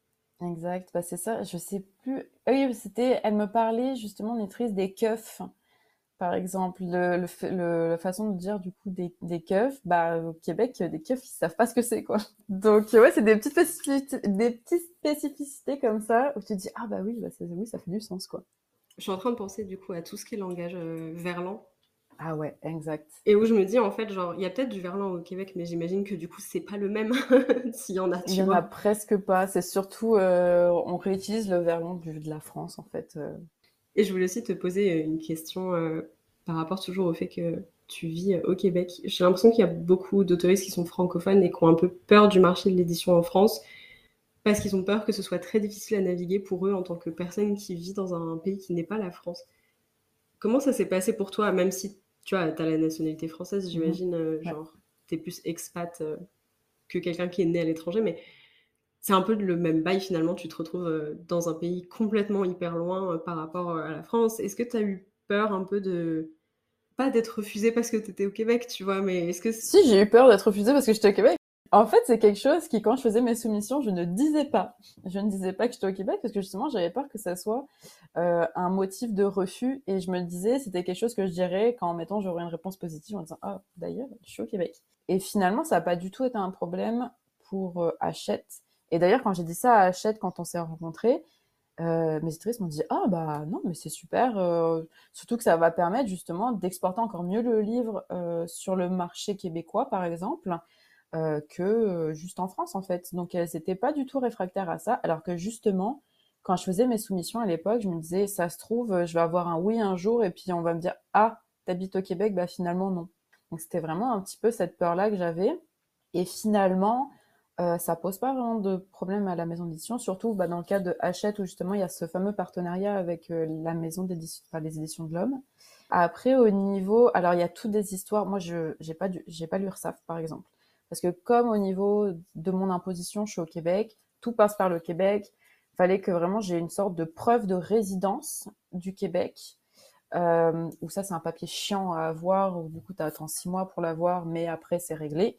Exact, bah c'est ça, je sais plus. Ah oui, c'était, elle me parlait justement, maîtrise des keufs. Par exemple, le, le, fa- le- la façon de dire du coup des, des keufs, bah au Québec, euh, des keufs, ils savent pas ce que c'est quoi. Donc euh, ouais, c'est des petites spécificités, des petites spécificités comme ça où tu te dis ah bah oui, bah ça, oui, ça fait du sens quoi. Je suis en train de penser du coup à tout ce qui est langage euh, verlan Ah ouais, exact. et où je me dis, en fait, genre, il y a peut-être du verlan au Québec, mais j'imagine que du coup, c'est pas le même s'il y en a, Il tu y en a vois. presque pas. C'est surtout euh, on réutilise le verlan du, de la France en fait. euh. Et je voulais aussi te poser une question euh, par rapport toujours au fait que tu vis euh, au Québec. J'ai l'impression qu'il y a beaucoup d'autoristes qui sont francophones et qui ont un peu peur du marché de l'édition en France parce qu'ils ont peur que ce soit très difficile à naviguer pour eux en tant que personne qui vit dans un pays qui n'est pas la France. Comment ça s'est passé pour toi, même si tu as, t'as la nationalité française, Mhm. j'imagine, euh, Ouais. genre, t'es plus expat euh, que quelqu'un qui est né à l'étranger, mais c'est un peu le même bail finalement, tu te retrouves euh, dans un pays complètement hyper loin euh, par rapport euh, à la France. Est-ce que tu as eu peur un peu de... Pas d'être refusé parce que tu étais au Québec, tu vois, mais est-ce que... Si j'ai eu peur d'être refusée parce que j'étais au Québec. En fait, c'est quelque chose qui, quand je faisais mes soumissions, je ne disais pas. Je ne disais pas que j'étais au Québec parce que justement, j'avais peur que ça soit euh, un motif de refus. Et je me disais, c'était quelque chose que je dirais quand, mettons, j'aurais une réponse positive en disant ah d'ailleurs, je suis au Québec. Et finalement, ça n'a pas du tout été un problème pour euh, Hachette. Et d'ailleurs, quand j'ai dit ça à Hachette quand on s'est rencontrés, euh, mes éditrices m'ont dit ah bah non mais c'est super, euh, surtout que ça va permettre justement d'exporter encore mieux le livre euh, sur le marché québécois par exemple euh, que euh, juste en France en fait. Donc elles n'étaient pas du tout réfractaires à ça, alors que justement quand je faisais mes soumissions à l'époque, je me disais ça se trouve je vais avoir un oui un jour et puis on va me dire ah t'habites au Québec, bah finalement non. Donc c'était vraiment un petit peu cette peur là que j'avais. Et finalement euh, ça pose pas vraiment de problème à la maison d'édition, surtout bah, dans le cas de Hachette où justement il y a ce fameux partenariat avec euh, la maison d'édition, enfin, les éditions de l'Homme. Après, au niveau, alors il y a toutes des histoires. Moi, je j'ai pas du, j'ai pas l'URSSAF par exemple, parce que comme au niveau de mon imposition, je suis au Québec, tout passe par le Québec. Il fallait que vraiment j'ai une sorte de preuve de résidence du Québec. Euh, où ça, c'est un papier chiant à avoir, où du coup, tu attends six mois pour l'avoir, mais après, c'est réglé.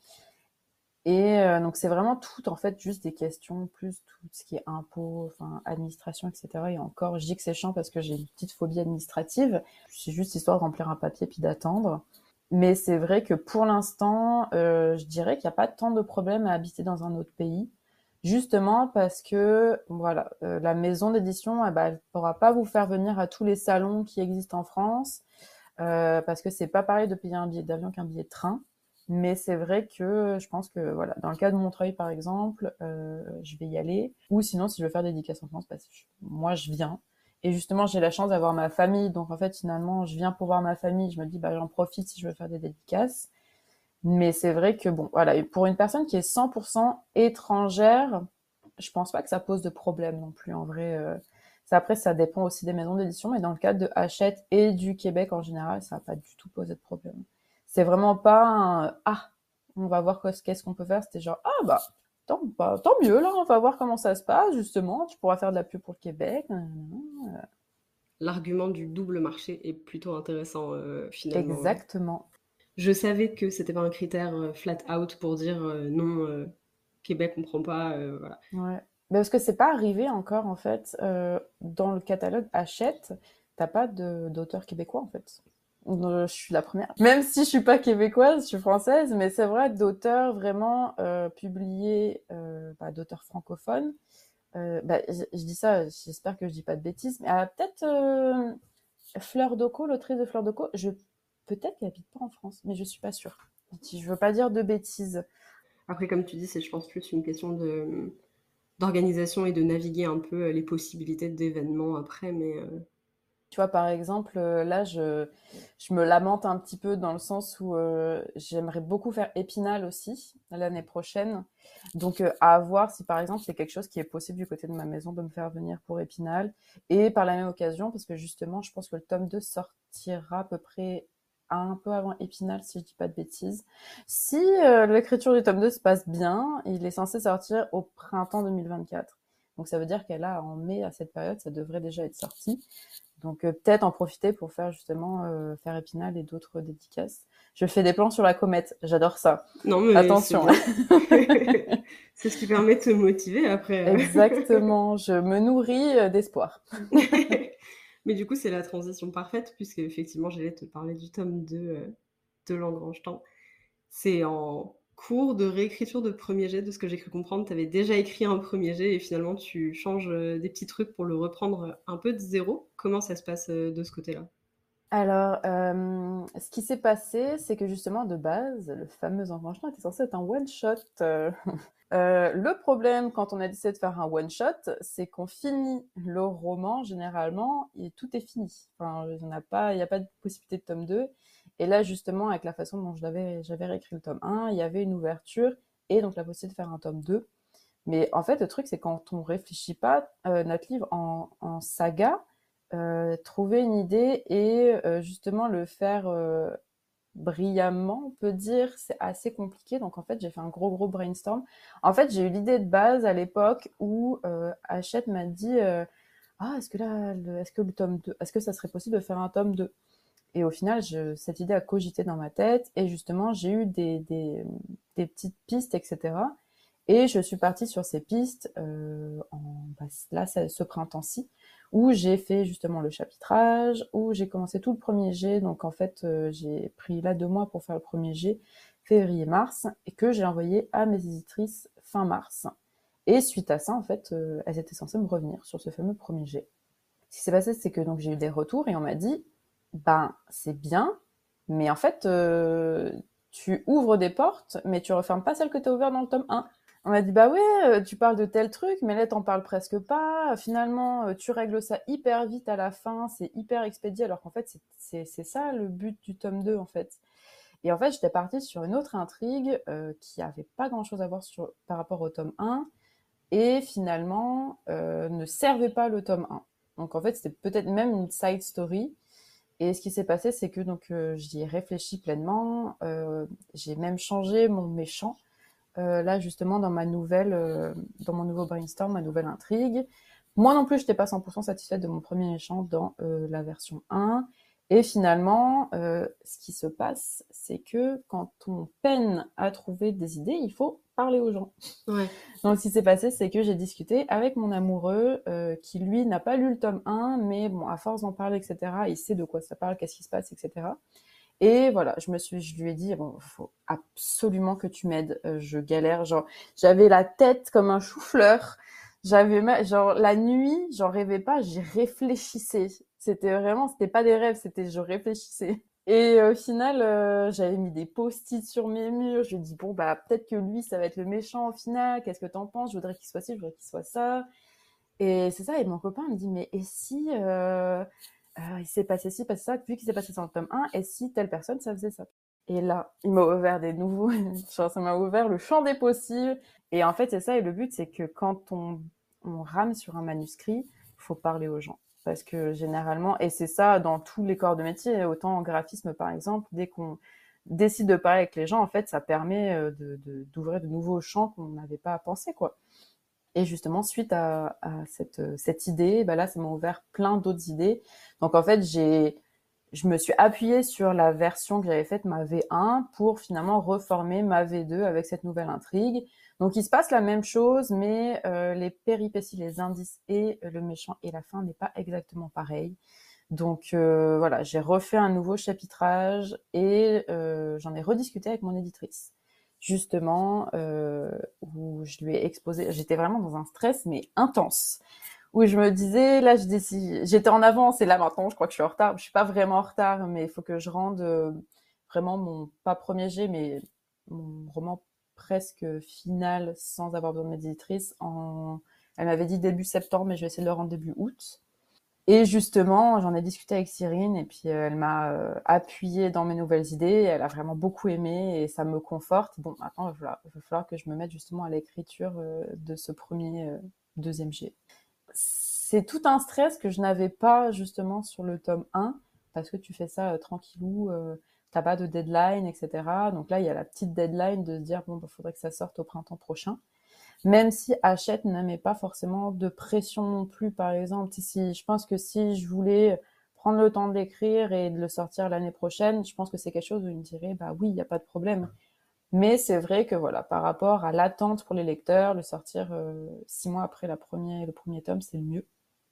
Et euh, donc, c'est vraiment tout, en fait, juste des questions, plus tout ce qui est impôts, enfin, administration, et cetera. Et encore, je dis que c'est chiant parce que j'ai une petite phobie administrative. C'est juste histoire de remplir un papier puis d'attendre. Mais c'est vrai que pour l'instant, euh, je dirais qu'il n'y a pas tant de problèmes à habiter dans un autre pays. Justement parce que voilà, euh, la maison d'édition, eh ben, elle ne pourra pas vous faire venir à tous les salons qui existent en France, euh, parce que c'est pas pareil de payer un billet d'avion qu'un billet de train. Mais c'est vrai que je pense que voilà, dans le cas de Montreuil par exemple, euh, je vais y aller. Ou sinon, si je veux faire des dédicaces en France, parce que je- moi je viens. Et justement, j'ai la chance d'avoir ma famille, donc en fait finalement, je viens pour voir ma famille. Je me dis, bah j'en profite si je veux faire des dédicaces. Mais c'est vrai que bon, voilà, et pour une personne qui est cent pour cent étrangère, je pense pas que ça pose de problème non plus en vrai. euh. Ça, après, ça dépend aussi des maisons d'édition, mais dans le cadre de Hachette et du Québec en général, ça va pas du tout poser de problème. C'est vraiment pas un ah, on va voir qu'est- qu'est-ce qu'on peut faire. C'était genre ah bah tant, bah, tant mieux là, on va voir comment ça se passe justement. Tu pourras faire de la pub pour le Québec. nanana. L'argument du double marché est plutôt intéressant euh, finalement. Exactement. Je savais que c'était pas un critère euh, flat out pour dire euh, non, euh, Québec on prend pas, euh, voilà. Ouais. Mais parce que c'est pas arrivé encore en fait euh, dans le catalogue Hachette, t'as pas de d'auteur québécois en fait. Euh, je suis la première. Même si je suis pas québécoise, je suis française, mais c'est vrai d'auteurs vraiment euh, publiés, euh, bah, d'auteurs francophones. Euh, bah, je, je dis ça, j'espère que je dis pas de bêtises, mais ah, peut-être euh, Fleur Decaux, l'autrice de Fleur Decaux, je peut-être qu'elle habite pas en France, mais je suis pas sûre. Je veux pas dire de bêtises. Après, comme tu dis, c'est je pense plus une question de d'organisation et de naviguer un peu euh, les possibilités d'événements après, mais euh, Tu vois, par exemple, euh, là, je, je me lamente un petit peu dans le sens où euh, j'aimerais beaucoup faire Épinal aussi l'année prochaine. Donc, euh, à voir si, par exemple, c'est quelque chose qui est possible du côté de ma maison de me faire venir pour Épinal. Et par la même occasion, parce que justement, je pense que le tome deux sortira à peu près un peu avant Épinal, si je dis pas de bêtises. Si euh, l'écriture du tome deux se passe bien, il est censé sortir au printemps deux mille vingt-quatre. Donc, ça veut dire qu'elle a en mai, à cette période, ça devrait déjà être sorti. Donc euh, peut-être en profiter pour faire justement euh, faire Épinal et d'autres dédicaces. Je fais des plans sur la comète, j'adore ça. non, mais c'est Attention. bien. C'est ce qui permet de te motiver après. Exactement, je me nourris euh, d'espoir. Mais du coup, c'est la transition parfaite, puisque effectivement, j'allais te parler du tome deux euh, de Langrange-Temps. C'est en cours de réécriture de premier jet, de ce que j'ai cru comprendre. Tu avais déjà écrit un premier jet et finalement, tu changes euh, des petits trucs pour le reprendre un peu de zéro. Comment ça se passe euh, de ce côté-là? Alors, euh, ce qui s'est passé, c'est que justement, de base, le fameux Engrangeton était censé être un one-shot. Euh, euh, le problème, quand on a décidé de faire un one-shot, c'est qu'on finit le roman, généralement, et tout est fini. Enfin, il n'y a pas, il n'y a pas de possibilité de tome deux. Et là, justement, avec la façon dont je l'avais, j'avais réécrit le tome un, il y avait une ouverture, et donc la possibilité de faire un tome deux. Mais en fait, le truc, c'est quand on réfléchit pas euh, notre livre en, en saga, euh, trouver une idée et euh, justement le faire euh, brillamment, on peut dire, c'est assez compliqué. Donc en fait, j'ai fait un gros gros brainstorm. En fait, j'ai eu l'idée de base à l'époque où euh, Hachette m'a dit euh, ah, est-ce que là, le, est-ce que le tome deux, est-ce que ça serait possible de faire un tome deux. Et au final, je, cette idée a cogité dans ma tête et justement, j'ai eu des, des, des petites pistes, et cetera. Et je suis partie sur ces pistes euh, en, bah, là, ce printemps-ci, où j'ai fait justement le chapitrage, où j'ai commencé tout le premier jet. Donc en fait, euh, j'ai pris là deux mois pour faire le premier jet, février-mars, et que j'ai envoyé à mes éditrices fin mars. Et suite à ça, en fait, euh, elles étaient censées me revenir sur ce fameux premier jet. Ce qui s'est passé, c'est que donc j'ai eu des retours et on m'a dit, ben c'est bien, mais en fait, euh, tu ouvres des portes, mais tu refermes pas celles que tu as ouvertes dans le tome un. On m'a dit, bah ouais, tu parles de tel truc, mais là, t'en parles presque pas. Finalement, tu règles ça hyper vite à la fin, c'est hyper expédié, alors qu'en fait, c'est, c'est, c'est ça le but du tome deux, en fait. Et en fait, j'étais partie sur une autre intrigue euh, qui avait pas grand-chose à voir sur, par rapport au tome un, et finalement, euh, ne servait pas le tome un. Donc en fait, c'était peut-être même une side story. Et ce qui s'est passé, c'est que donc euh, j'y ai réfléchi pleinement. Euh, j'ai même changé mon méchant. Euh, là, justement, dans ma nouvelle, euh, dans mon nouveau brainstorm, ma nouvelle intrigue. Moi non plus, je n'étais pas cent pour cent satisfaite de mon premier méchant dans euh, la version un. Et finalement, euh, ce qui se passe, c'est que quand on peine à trouver des idées, il faut parler aux gens. Ouais. Donc, ce qui s'est passé, c'est que j'ai discuté avec mon amoureux, euh, qui lui n'a pas lu le tome un, mais bon, à force d'en parler, et cetera, il sait de quoi ça parle, qu'est-ce qui se passe, et cetera. Et voilà, je me suis, je lui ai dit, bon, faut absolument que tu m'aides. Euh, je galère, genre, j'avais la tête comme un chou-fleur. J'avais, ma- genre, la nuit, j'en rêvais pas, j'y réfléchissais. C'était vraiment, c'était pas des rêves, c'était, je réfléchissais. Et au final, euh, j'avais mis des post-it sur mes murs. Je lui ai dit, bon, bah, peut-être que lui, ça va être le méchant au final. Qu'est-ce que t'en penses? Je voudrais qu'il soit ci, je voudrais qu'il soit ça. Et c'est ça, et mon copain me dit, mais et si euh, euh, il s'est passé ci, passé ça, vu qu'il s'est passé ça dans le tome un, et si telle personne, ça faisait ça? Et là, il m'a ouvert des nouveaux, genre, ça m'a ouvert le champ des possibles. Et en fait, c'est ça, et le but, c'est que quand on, on rame sur un manuscrit, il faut parler aux gens. Parce que généralement, et c'est ça dans tous les corps de métier, autant en graphisme par exemple, dès qu'on décide de parler avec les gens, en fait, ça permet de, de, d'ouvrir de nouveaux champs qu'on n'avait pas à penser, quoi. Et justement, suite à, à cette, cette idée, bah là, ça m'a ouvert plein d'autres idées. Donc, en fait, j'ai, je me suis appuyée sur la version que j'avais faite, ma V un, pour finalement reformer ma V deux avec cette nouvelle intrigue. Donc, il se passe la même chose, mais euh, les péripéties, les indices et le méchant et la fin n'est pas exactement pareil. Donc, euh, voilà, j'ai refait un nouveau chapitrage et euh, j'en ai rediscuté avec mon éditrice. Justement, euh, où je lui ai exposé, j'étais vraiment dans un stress, mais intense, où je me disais, là, je décide, j'étais en avance, et là, maintenant, je crois que je suis en retard. Je suis pas vraiment en retard, mais il faut que je rende euh, vraiment mon, pas premier jet, mais mon roman presque final, sans avoir besoin de médiatrice. En... Elle m'avait dit début septembre, mais je vais essayer de le rendre début août. Et justement, j'en ai discuté avec Cyrine et puis euh, elle m'a euh, appuyée dans mes nouvelles idées. Elle a vraiment beaucoup aimé et ça me conforte. Bon, maintenant, il va falloir, il va falloir que je me mette justement à l'écriture euh, de ce premier, euh, deuxième jet. C'est tout un stress que je n'avais pas justement sur le tome un parce que tu fais ça euh, tranquillou, euh, t'as pas de deadline, et cetera. Donc là, il y a la petite deadline de se dire, bon, il bah, faudrait que ça sorte au printemps prochain. Même si Hachette ne met pas forcément de pression non plus, par exemple. Si, je pense que si je voulais prendre le temps de l'écrire et de le sortir l'année prochaine, je pense que c'est quelque chose où il me dirait, bah oui, il n'y a pas de problème. Mais c'est vrai que voilà, par rapport à l'attente pour les lecteurs, le sortir euh, six mois après la première, le premier tome, c'est le mieux.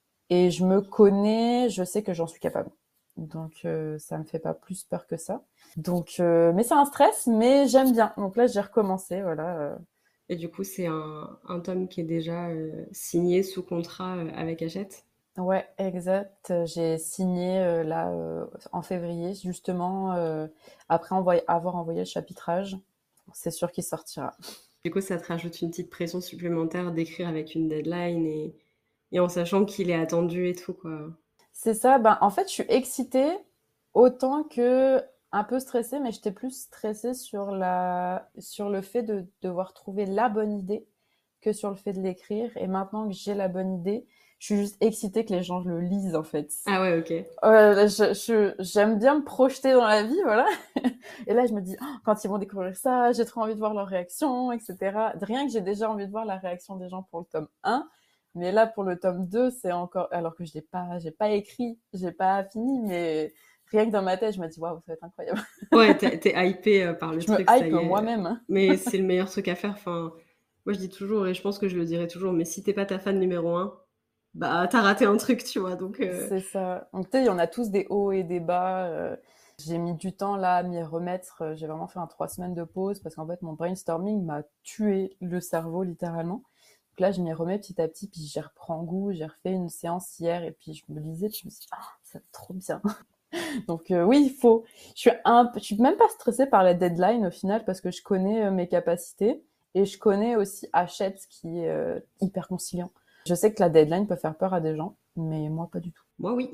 Et je me connais, je sais que j'en suis capable. Donc euh, ça me fait pas plus peur que ça. Donc, euh, mais c'est un stress, mais j'aime bien. Donc là, j'ai recommencé, voilà. Euh, Et du coup, c'est un, un tome qui est déjà euh, signé sous contrat euh, avec Hachette. Ouais, exact. J'ai signé euh, là euh, en février, justement, euh, après envoy- avoir envoyé le chapitrage. C'est sûr qu'il sortira. Du coup, ça te rajoute une petite pression supplémentaire d'écrire avec une deadline et, et en sachant qu'il est attendu et tout, quoi. C'est ça. Ben, en fait, je suis excitée autant que un peu stressée, mais j'étais plus stressée sur la sur le fait de devoir trouver la bonne idée que sur le fait de l'écrire. Et maintenant que j'ai la bonne idée, je suis juste excitée que les gens le lisent, en fait. Ah ouais, ok. Euh, je, je, j'aime bien me projeter dans la vie, voilà. Et là, je me dis, oh, quand ils vont découvrir ça, j'ai trop envie de voir leur réaction, et cetera. Rien que j'ai déjà envie de voir la réaction des gens pour le tome un. Mais là, pour le tome deux, c'est encore, alors que je l'ai pas, j'ai pas écrit, j'ai pas fini, mais rien que dans ma tête, je me dis, waouh, ça va être incroyable. Ouais, t'es, t'es hypé euh, par le Je me truc, ça hype y est. moi-même. Mais c'est le meilleur truc à faire. Enfin, moi, je dis toujours, et je pense que je le dirai toujours, mais si t'es pas ta fan numéro un, bah, t'as raté un truc, tu vois. Donc, euh, C'est ça. Donc, tu sais, il y en a tous des hauts et des bas. Euh, j'ai mis du temps là à m'y remettre. Euh, J'ai vraiment fait un trois semaines de pause parce qu'en fait, mon brainstorming m'a tué le cerveau littéralement. Donc là, je m'y remets petit à petit, puis j'y reprends goût. J'ai refait une séance hier et puis je me lisais, puis je me suis dit, ah, ça va trop bien. Donc euh, oui, il faut. Je suis un, je suis même pas stressée par la deadline au final parce que je connais euh, mes capacités et je connais aussi Hachette qui est euh, hyper conciliant. Je sais que la deadline peut faire peur à des gens, mais moi pas du tout. moi, oui.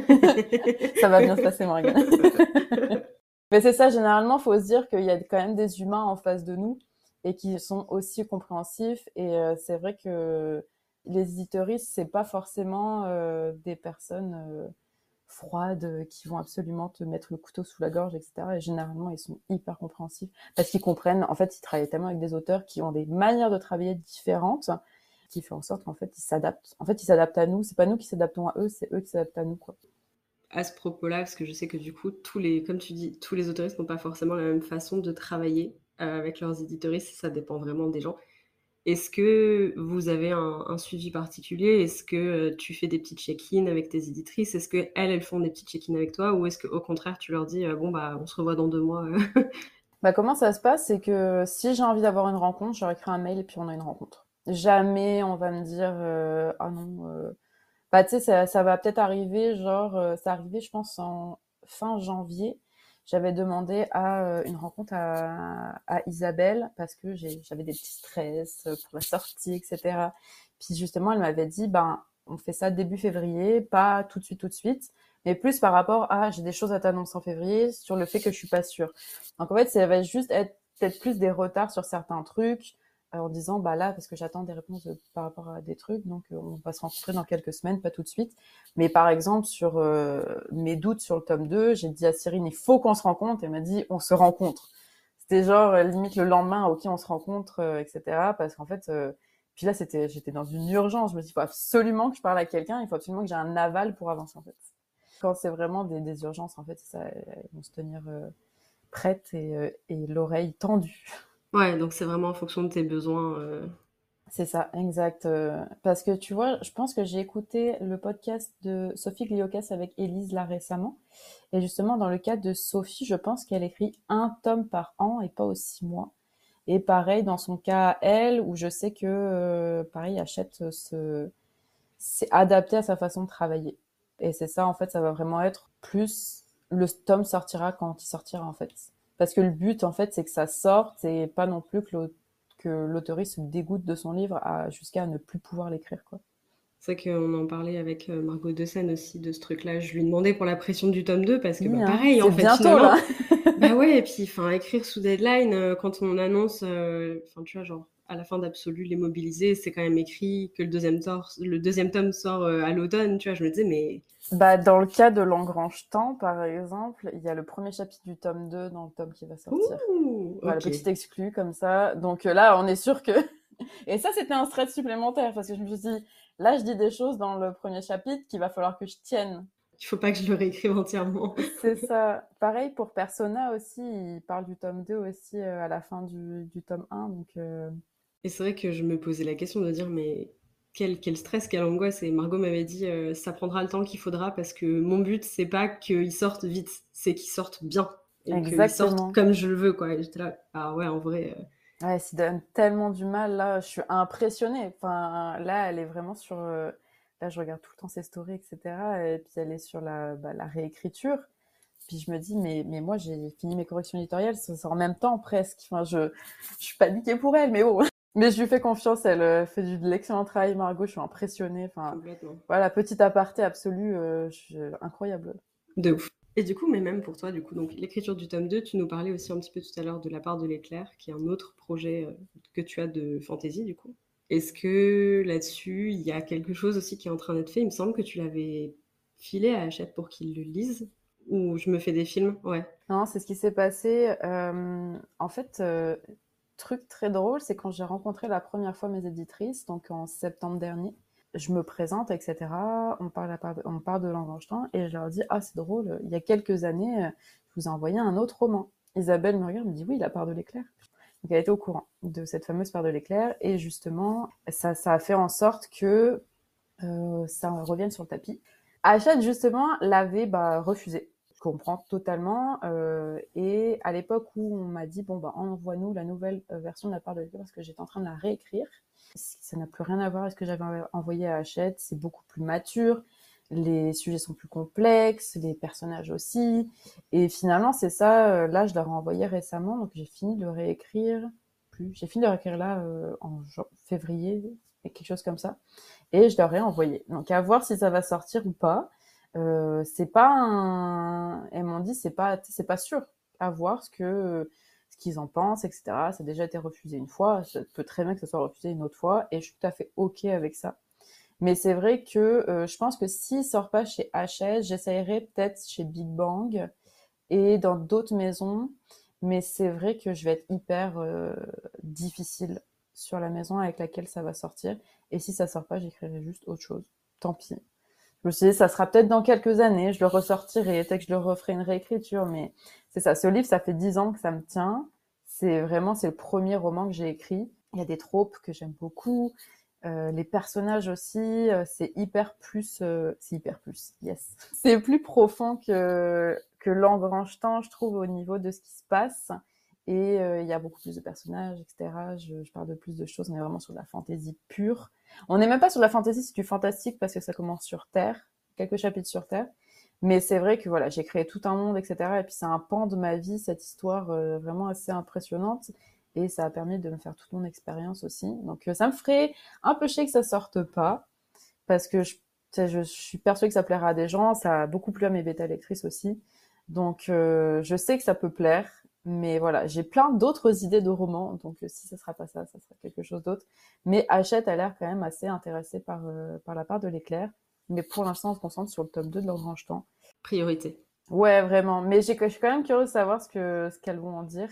Ça va bien se passer, Morgane. Mais c'est ça, généralement, faut se dire qu'il y a quand même des humains en face de nous et qui sont aussi compréhensifs. Et euh, c'est vrai que les éditeuristes, c'est pas forcément euh, des personnes euh, froides, euh, qui vont absolument te mettre le couteau sous la gorge, et cetera. Et généralement, ils sont hyper compréhensifs parce qu'ils comprennent. En fait, ils travaillent tellement avec des auteurs qui ont des manières de travailler différentes, qui fait en sorte qu'en fait, ils s'adaptent. En fait, ils s'adaptent à nous. C'est pas nous qui s'adaptons à eux, c'est eux qui s'adaptent à nous, quoi. À ce propos-là, parce que je sais que du coup, tous les, comme tu dis, tous les autoristes n'ont pas forcément la même façon de travailler euh, avec leurs éditoristes, ça dépend vraiment des gens. Est-ce que vous avez un, un suivi particulier? Est-ce que euh, tu fais des petits check-in avec tes éditrices? Est-ce qu'elles, elles font des petits check-in avec toi? Ou est-ce qu'au contraire, tu leur dis, euh, bon, bah, on se revoit dans deux mois euh. Bah, comment ça se passe? C'est que si j'ai envie d'avoir une rencontre, je leur écris un mail et puis on a une rencontre. Jamais on va me dire, euh, ah non, euh... bah, tu sais, ça, ça va peut-être arriver, genre, euh, ça arrivait, je pense, en fin janvier. J'avais demandé à euh, une rencontre à, à Isabelle parce que j'ai, j'avais des petits stress euh, pour la sortie, et cetera. Puis justement, elle m'avait dit, ben, on fait ça début février, pas tout de suite, tout de suite, mais plus par rapport à, j'ai des choses à t'annoncer en février sur le fait que je suis pas sûre. Donc en fait, ça va juste être peut-être plus des retards sur certains trucs, euh, en disant, bah là, parce que j'attends des réponses de- par rapport à des trucs, donc euh, on va se rencontrer dans quelques semaines, pas tout de suite. Mais par exemple, sur euh, mes doutes sur le tome deux, j'ai dit à Cyrine, il faut qu'on se rencontre. Elle m'a dit, on se rencontre. C'était genre, euh, limite le lendemain, ok, on se rencontre, euh, et cetera. Parce qu'en fait, euh, puis là, c'était, j'étais dans une urgence. Je me dis, il faut absolument que je parle à quelqu'un, il faut absolument que j'ai un aval pour avancer, en fait. Quand c'est vraiment des, des urgences, en fait, c'est ça, elles vont se tenir euh, prêtes et, euh, et l'oreille tendue. Ouais, donc c'est vraiment en fonction de tes besoins. euh. C'est ça, exact. euh, Parce que tu vois, je pense que j'ai écouté le podcast de Sophie Gliocas avec Élise là récemment. Et justement, dans le cas de Sophie, je pense qu'elle écrit un tome par an et pas aux six mois. Et pareil, dans son cas, à elle, où je sais que, euh, pareil, Hachette se... c'est adapté à sa façon de travailler. Et c'est ça, en fait, ça va vraiment être plus... Le tome sortira quand il sortira, en fait. Parce que le but, en fait, c'est que ça sorte et pas non plus que l'au- que l'autoriste se dégoûte de son livre à... jusqu'à ne plus pouvoir l'écrire, quoi. C'est vrai qu'on en parlait avec euh, Margot Desaine aussi de ce truc-là. Je lui demandais pour la pression du tome deux parce que, bah, Oui, hein, pareil, en c'est fait, bientôt, finalement, là. bah ouais, et puis, enfin, écrire sous deadline, euh, quand on annonce, euh, enfin, tu vois, genre, à la fin d'Absolu, les mobilisés, c'est quand même écrit que le deuxième, tor- le deuxième tome sort euh, à l'automne, tu vois, je me disais, mais... Bah, dans le cas de L'Engrange-Temps, par exemple, il y a le premier chapitre du tome deux dans le tome qui va sortir. Ouh, Voilà, ok. petit exclu comme ça. Donc euh, là, on est sûr que... Et ça, c'était un stress supplémentaire parce que je me suis dit, là, je dis des choses dans le premier chapitre qu'il va falloir que je tienne. Il faut pas que je le réécrive entièrement. C'est ça. Pareil pour Persona aussi, il parle du tome deux aussi euh, à la fin du, du tome un. Donc, euh, Et c'est vrai que je me posais la question de dire, mais quel, quel stress, quelle angoisse. Et Margot m'avait dit, euh, ça prendra le temps qu'il faudra parce que mon but, c'est pas qu'ils sortent vite, c'est qu'ils sortent bien et qu'ils sortent exactement. comme je le veux, quoi. Et j'étais là, ah ouais, en vrai. euh, Ouais, s'il donne tellement du mal, là, je suis impressionnée. Enfin, là, elle est vraiment sur... euh, Là, je regarde tout le temps ses stories, et cetera. Et puis, elle est sur la, bah, la réécriture. Puis je me dis, mais, mais moi, j'ai fini mes corrections éditoriales, c'est c'est en même temps presque. Enfin, je, je suis paniquée pour elle, mais bon. Mais je lui fais confiance, elle euh, fait du, de l'excellent travail, Margot, je suis impressionnée. Enfin, Complètement. voilà, petit aparté absolu, euh, je- incroyable. De ouf. Et du coup, mais même pour toi, du coup, donc l'écriture du tome deux, tu nous parlais aussi un petit peu tout à l'heure de La part de l'éclair, qui est un autre projet euh, que tu as de fantasy, du coup. Est-ce que là-dessus, il y a quelque chose aussi qui est en train d'être fait? Il me semble que tu l'avais filé à Hachette pour qu'il le lise. Ou je me fais des films? Ouais. Non, c'est ce qui s'est passé. Euh, en fait, euh, truc très drôle, c'est quand j'ai rencontré la première fois mes éditrices, donc en septembre dernier, je me présente, et cetera. On parle, à part- on parle de Language-Temps et je leur dis, ah, c'est drôle, il y a quelques années, euh, je vous ai envoyé un autre roman. Isabelle me regarde, me dit, oui, La part de l'éclair. Donc elle était au courant de cette fameuse part de l'éclair et justement, ça, ça a fait en sorte que euh, ça revienne sur le tapis. Hachette, justement, l'avait bah, refusé. Je comprends totalement. Euh, et à l'époque où on m'a dit, bon, bah, envoie-nous la nouvelle euh, version de La part de l'éclair parce que j'étais en train de la réécrire, ça n'a plus rien à voir avec ce que j'avais envoyé à Hachette. C'est beaucoup plus mature. Les sujets sont plus complexes, les personnages aussi. Et finalement, c'est ça. euh, Là, je l'ai renvoyé récemment, donc j'ai fini de le réécrire. Plus, j'ai fini de le réécrire là euh, en jan- février, et quelque chose comme ça. Et je leur ai envoyé. Donc à voir si ça va sortir ou pas. Euh, c'est pas un. Elles m'ont dit c'est pas c'est pas sûr. À voir ce que ce qu'ils en pensent, et cetera. Ça a déjà été refusé une fois. Ça peut très bien que ça soit refusé une autre fois, et je suis tout à fait ok avec ça. Mais c'est vrai que euh, je pense que s'il sort pas chez H S, j'essayerai peut-être chez Big Bang et dans d'autres maisons. Mais c'est vrai que je vais être hyper euh, difficile sur la maison avec laquelle ça va sortir. Et si ça sort pas, j'écrirai juste autre chose. Tant pis. Je me suis dit, ça sera peut-être dans quelques années, je le ressortirai, peut-être que je le referai une réécriture, mais c'est ça. Ce livre, ça fait dix ans que ça me tient. C'est vraiment, c'est le premier roman que j'ai écrit. Il y a des tropes que j'aime beaucoup. Euh, les personnages aussi, euh, c'est hyper plus, euh, c'est hyper plus, yes. C'est plus profond que, que l'Engrange-Temps, je trouve, au niveau de ce qui se passe. Et euh, il y a beaucoup plus de personnages, et cetera. Je, je parle de plus de choses, on est vraiment sur de la fantaisie pure. On n'est même pas sur la fantaisie, c'est du fantastique parce que ça commence sur Terre, quelques chapitres sur Terre. Mais c'est vrai que voilà, j'ai créé tout un monde, et cetera. Et puis c'est un pan de ma vie, cette histoire euh, vraiment assez impressionnante. Et ça a permis de me faire toute mon expérience aussi. Donc euh, ça me ferait un peu chier que ça sorte pas, parce que je, je, je suis persuadée que ça plaira à des gens. Ça a beaucoup plu à mes bêta lectrices aussi. Donc euh, je sais que ça peut plaire. Mais voilà, j'ai plein d'autres idées de romans, donc euh, si ça sera pas ça, ça sera quelque chose d'autre. Mais Hachette a l'air quand même assez intéressée par, euh, par la part de l'éclair. Mais pour l'instant, on se concentre sur le tome deux de l'Engrange-Temps. Priorité. Ouais, vraiment. Mais j'ai, je suis quand même curieuse de savoir ce, que, ce qu'elles vont en dire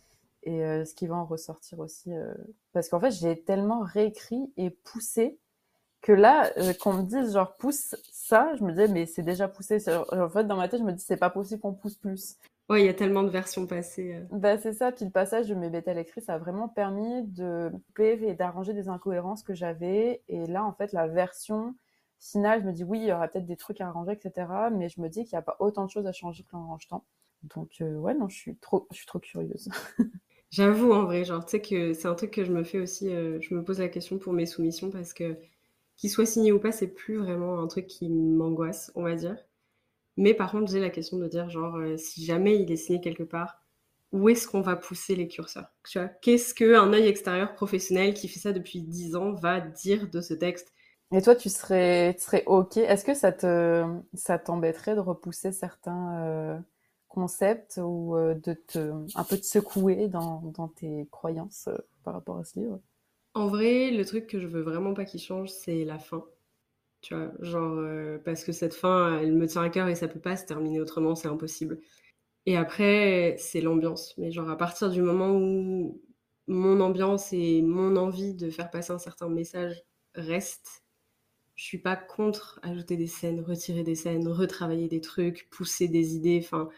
et euh, ce qui va en ressortir aussi. Euh, parce qu'en fait, j'ai tellement réécrit et poussé que là, euh, qu'on me dise genre pousse ça, je me disais mais c'est déjà poussé. En fait, dans ma tête, je me dis c'est pas possible qu'on pousse plus. Ouais, il y a tellement de versions passées. euh. Bah, c'est ça, puis le passage de mes bêta lectrices ça a vraiment permis de couper et d'arranger des incohérences que j'avais. Et là, en fait, la version finale, je me dis oui, il y aura peut-être des trucs à arranger, et cetera. Mais je me dis qu'il n'y a pas autant de choses à changer que l'Engrange-Temps. Donc, euh, ouais, non, je suis trop, je suis trop curieuse. J'avoue, en vrai, genre, tu sais que c'est un truc que je me fais aussi, euh, je me pose la question pour mes soumissions parce que qu'il soit signé ou pas, c'est plus vraiment un truc qui m'angoisse, on va dire. Mais par contre, j'ai la question de dire, genre, euh, si jamais il est signé quelque part, où est-ce qu'on va pousser les curseurs? Tu vois, qu'est-ce qu'un œil extérieur professionnel qui fait ça depuis dix ans va dire de ce texte? Et toi, tu serais, tu serais OK. Est-ce que ça te, ça t'embêterait de repousser certains euh, concepts ou euh, de te, un peu te secouer dans, dans tes croyances euh, par rapport à ce livre? En vrai, le truc que je veux vraiment pas qu'il change, c'est la fin. Tu vois, genre, euh, parce que cette fin, elle me tient à cœur et ça peut pas se terminer autrement, c'est impossible. Et après, c'est l'ambiance. Mais genre, à partir du moment où mon ambiance et mon envie de faire passer un certain message restent, je suis pas contre ajouter des scènes, retirer des scènes, retravailler des trucs, pousser des idées. Enfin,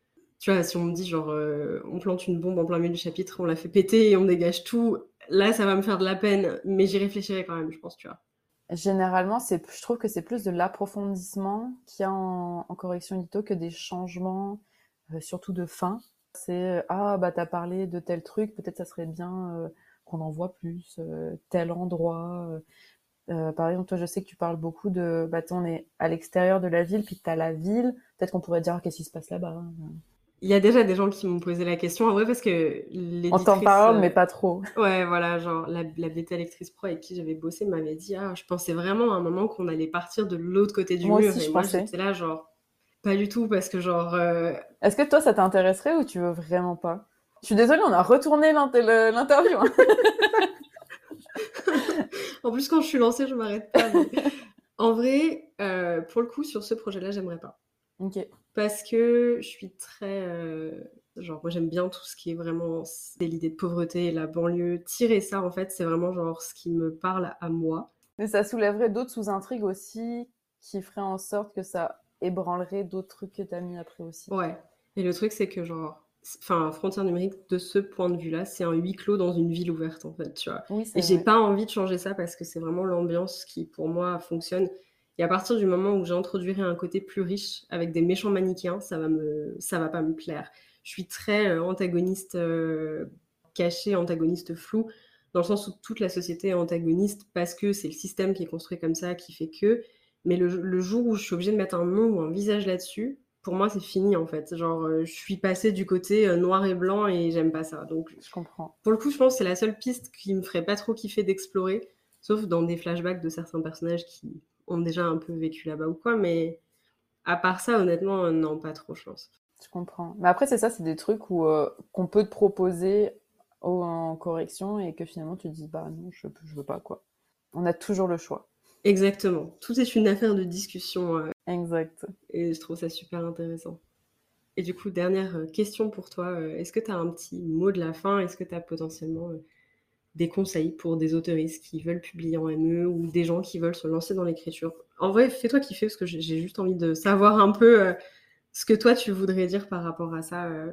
tu vois, si on me dit genre, euh, on plante une bombe en plein milieu du chapitre, on la fait péter et on dégage tout, là, ça va me faire de la peine, mais j'y réfléchirai quand même, je pense, tu vois. Généralement, c'est, je trouve que c'est plus de l'approfondissement qu'il y a en, en correction édito que des changements, euh, surtout de fin. C'est, euh, ah, bah, t'as parlé de tel truc, peut-être ça serait bien euh, qu'on en voit plus, euh, tel endroit. euh, Euh, par exemple, toi, je sais que tu parles beaucoup de, bah, on est à l'extérieur de la ville, puis t'as la ville. Peut-être qu'on pourrait dire, ah, qu'est-ce qui se passe là-bas? Hein. Il y a déjà des gens qui m'ont posé la question, en vrai, parce que On t'en l'éditrice, parle, mais euh, pas trop. ouais, voilà, genre la, la bêta lectrice pro avec qui j'avais bossé m'avait dit, ah, je pensais vraiment à un moment qu'on allait partir de l'autre côté du Moi mur, aussi, et je moi pensais. j'étais là, genre, pas du tout, parce que genre, euh, Est-ce que toi, ça t'intéresserait ou tu veux vraiment pas? Je suis désolée, on a retourné l'inter- le- l'interview. Hein. en plus quand je suis lancée, je m'arrête pas, mais en vrai, euh, pour le coup, sur ce projet-là, j'aimerais pas. Ok. Parce que je suis très, euh, genre, moi j'aime bien tout ce qui est vraiment, c'est l'idée de pauvreté, la banlieue, tirer ça, en fait, c'est vraiment genre ce qui me parle à moi. Mais ça soulèverait d'autres sous-intrigues aussi qui feraient en sorte que ça ébranlerait d'autres trucs que t'as mis après aussi. Ouais. Et le truc, c'est que genre, enfin, Frontières numériques, de ce point de vue-là, c'est un huis clos dans une ville ouverte, en fait, tu vois. Oui, Et c'est j'ai vrai. pas envie de changer ça parce que c'est vraiment l'ambiance qui, pour moi, fonctionne. Et à partir du moment où j'introduirai un côté plus riche avec des méchants manichéens, ça va me, ça va pas me plaire. Je suis très euh, antagoniste euh, caché, antagoniste flou, dans le sens où toute la société est antagoniste parce que c'est le système qui est construit comme ça, qui fait que. Mais le, le jour où je suis obligée de mettre un nom ou un visage là-dessus, pour moi, c'est fini en fait. Genre, euh, je suis passée du côté euh, noir et blanc et j'aime pas ça. Donc, Je comprends. pour le coup, je pense que c'est la seule piste qui me ferait pas trop kiffer d'explorer, sauf dans des flashbacks de certains personnages qui ont déjà un peu vécu là-bas ou quoi. Mais à part ça, honnêtement, euh, non, pas trop, je pense. Je comprends. Mais après, c'est ça, c'est des trucs où, euh, qu'on peut te proposer au- en correction et que finalement tu te dis, bah non, je, je veux pas, quoi. On a toujours le choix. Exactement. Tout est une affaire de discussion. Euh, Exact. et je trouve ça super intéressant. Et du coup, dernière question pour toi. Est-ce que tu as un petit mot de la fin? Est-ce que tu as potentiellement des conseils pour des auteuristes qui veulent publier en M E ou des gens qui veulent se lancer dans l'écriture? En vrai, fais-toi kiffer parce que j'ai juste envie de savoir un peu euh, ce que toi, tu voudrais dire par rapport à ça. Euh.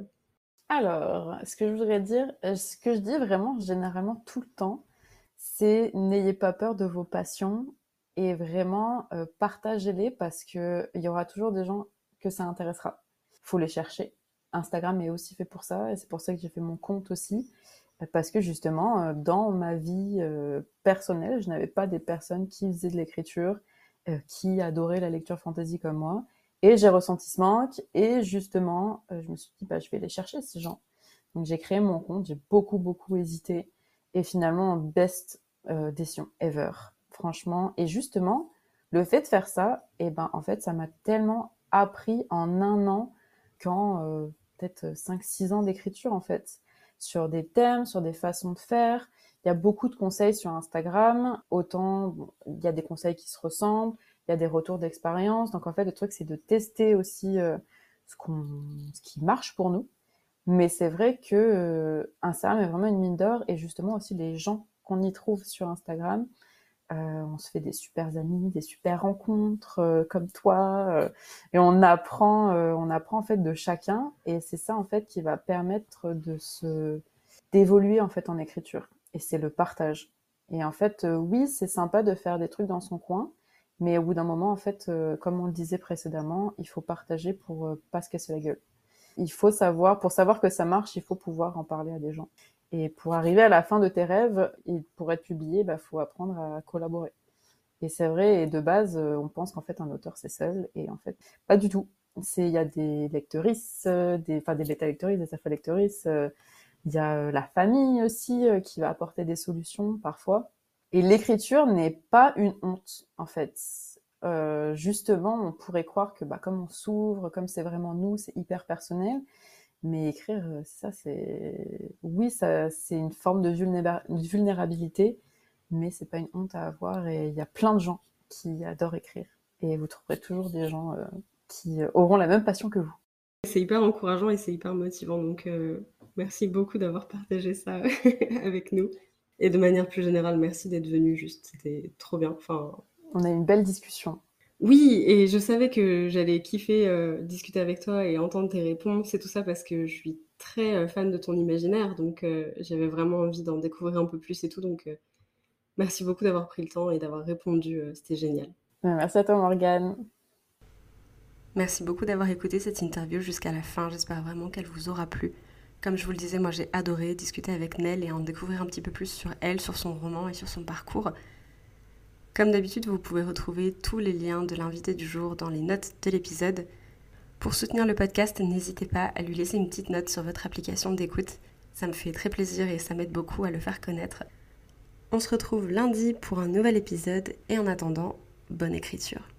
Alors, ce que je voudrais dire, ce que je dis vraiment généralement tout le temps, c'est n'ayez pas peur de vos passions et vraiment euh, partagez-les parce qu'il y aura toujours des gens que ça intéressera. Il faut les chercher. Instagram est aussi fait pour ça et c'est pour ça que j'ai fait mon compte aussi. Parce que justement, dans ma vie euh, personnelle, je n'avais pas des personnes qui faisaient de l'écriture, euh, qui adoraient la lecture fantasy comme moi. Et j'ai ressenti ce manque. Et justement, euh, je me suis dit, bah, je vais les chercher, ces gens. Donc j'ai créé mon compte, j'ai beaucoup, beaucoup hésité. Et finalement, best euh, décision ever. Franchement. Et justement, le fait de faire ça, et ben, en fait, ça m'a tellement appris en un an qu'en euh, peut-être cinq six ans d'écriture, en fait. Sur des thèmes, sur des façons de faire. Il y a beaucoup de conseils sur Instagram. Autant, bon, il y a des conseils qui se ressemblent, il y a des retours d'expérience. Donc en fait, le truc, c'est de tester aussi euh, ce, qu'on, ce qui marche pour nous. Mais c'est vrai que euh, Instagram est vraiment une mine d'or et justement aussi les gens qu'on y trouve sur Instagram, euh, on se fait des super amis, des super rencontres euh, comme toi euh, et on apprend, euh, on apprend en fait de chacun et c'est ça en fait qui va permettre de se d'évoluer en fait en écriture et c'est le partage. Et en fait, euh, oui, c'est sympa de faire des trucs dans son coin, mais au bout d'un moment, en fait, euh, comme on le disait précédemment, il faut partager pour euh, pas se casser la gueule. Il faut savoir, pour savoir que ça marche, il faut pouvoir en parler à des gens. Et pour arriver à la fin de tes rêves, et pour être publié, bah, faut apprendre à collaborer. Et c'est vrai, et de base, on pense qu'en fait, un auteur, c'est seul, et en fait, pas du tout. Il y a des lectrices, des, enfin, des bêta-lectrices, des alpha-lectrices, il y a la famille aussi qui va apporter des solutions parfois. Et l'écriture n'est pas une honte, en fait. Euh, justement, on pourrait croire que bah, comme on s'ouvre, comme c'est vraiment nous, c'est hyper personnel. Mais écrire, ça, c'est... Oui, ça, c'est une forme de vulnéra- vulnérabilité, mais c'est pas une honte à avoir. Et il y a plein de gens qui adorent écrire. Et vous trouverez toujours des gens euh, qui auront la même passion que vous. C'est hyper encourageant et c'est hyper motivant. Donc, euh, merci beaucoup d'avoir partagé ça avec nous. Et de manière plus générale, merci d'être venu juste. C'était trop bien. Enfin... On a eu une belle discussion. Oui, et je savais que j'allais kiffer euh, discuter avec toi et entendre tes réponses et tout ça parce que je suis très euh, fan de ton imaginaire. Donc, euh, j'avais vraiment envie d'en découvrir un peu plus et tout. Donc, euh, merci beaucoup d'avoir pris le temps et d'avoir répondu. Euh, c'était génial. Merci à toi, Morgane. Merci beaucoup d'avoir écouté cette interview jusqu'à la fin. J'espère vraiment qu'elle vous aura plu. Comme je vous le disais, moi j'ai adoré discuter avec Nell et en découvrir un petit peu plus sur elle, sur son roman et sur son parcours. Comme d'habitude, vous pouvez retrouver tous les liens de l'invité du jour dans les notes de l'épisode. Pour soutenir le podcast, n'hésitez pas à lui laisser une petite note sur votre application d'écoute. Ça me fait très plaisir et ça m'aide beaucoup à le faire connaître. On se retrouve lundi pour un nouvel épisode et en attendant, bonne écriture.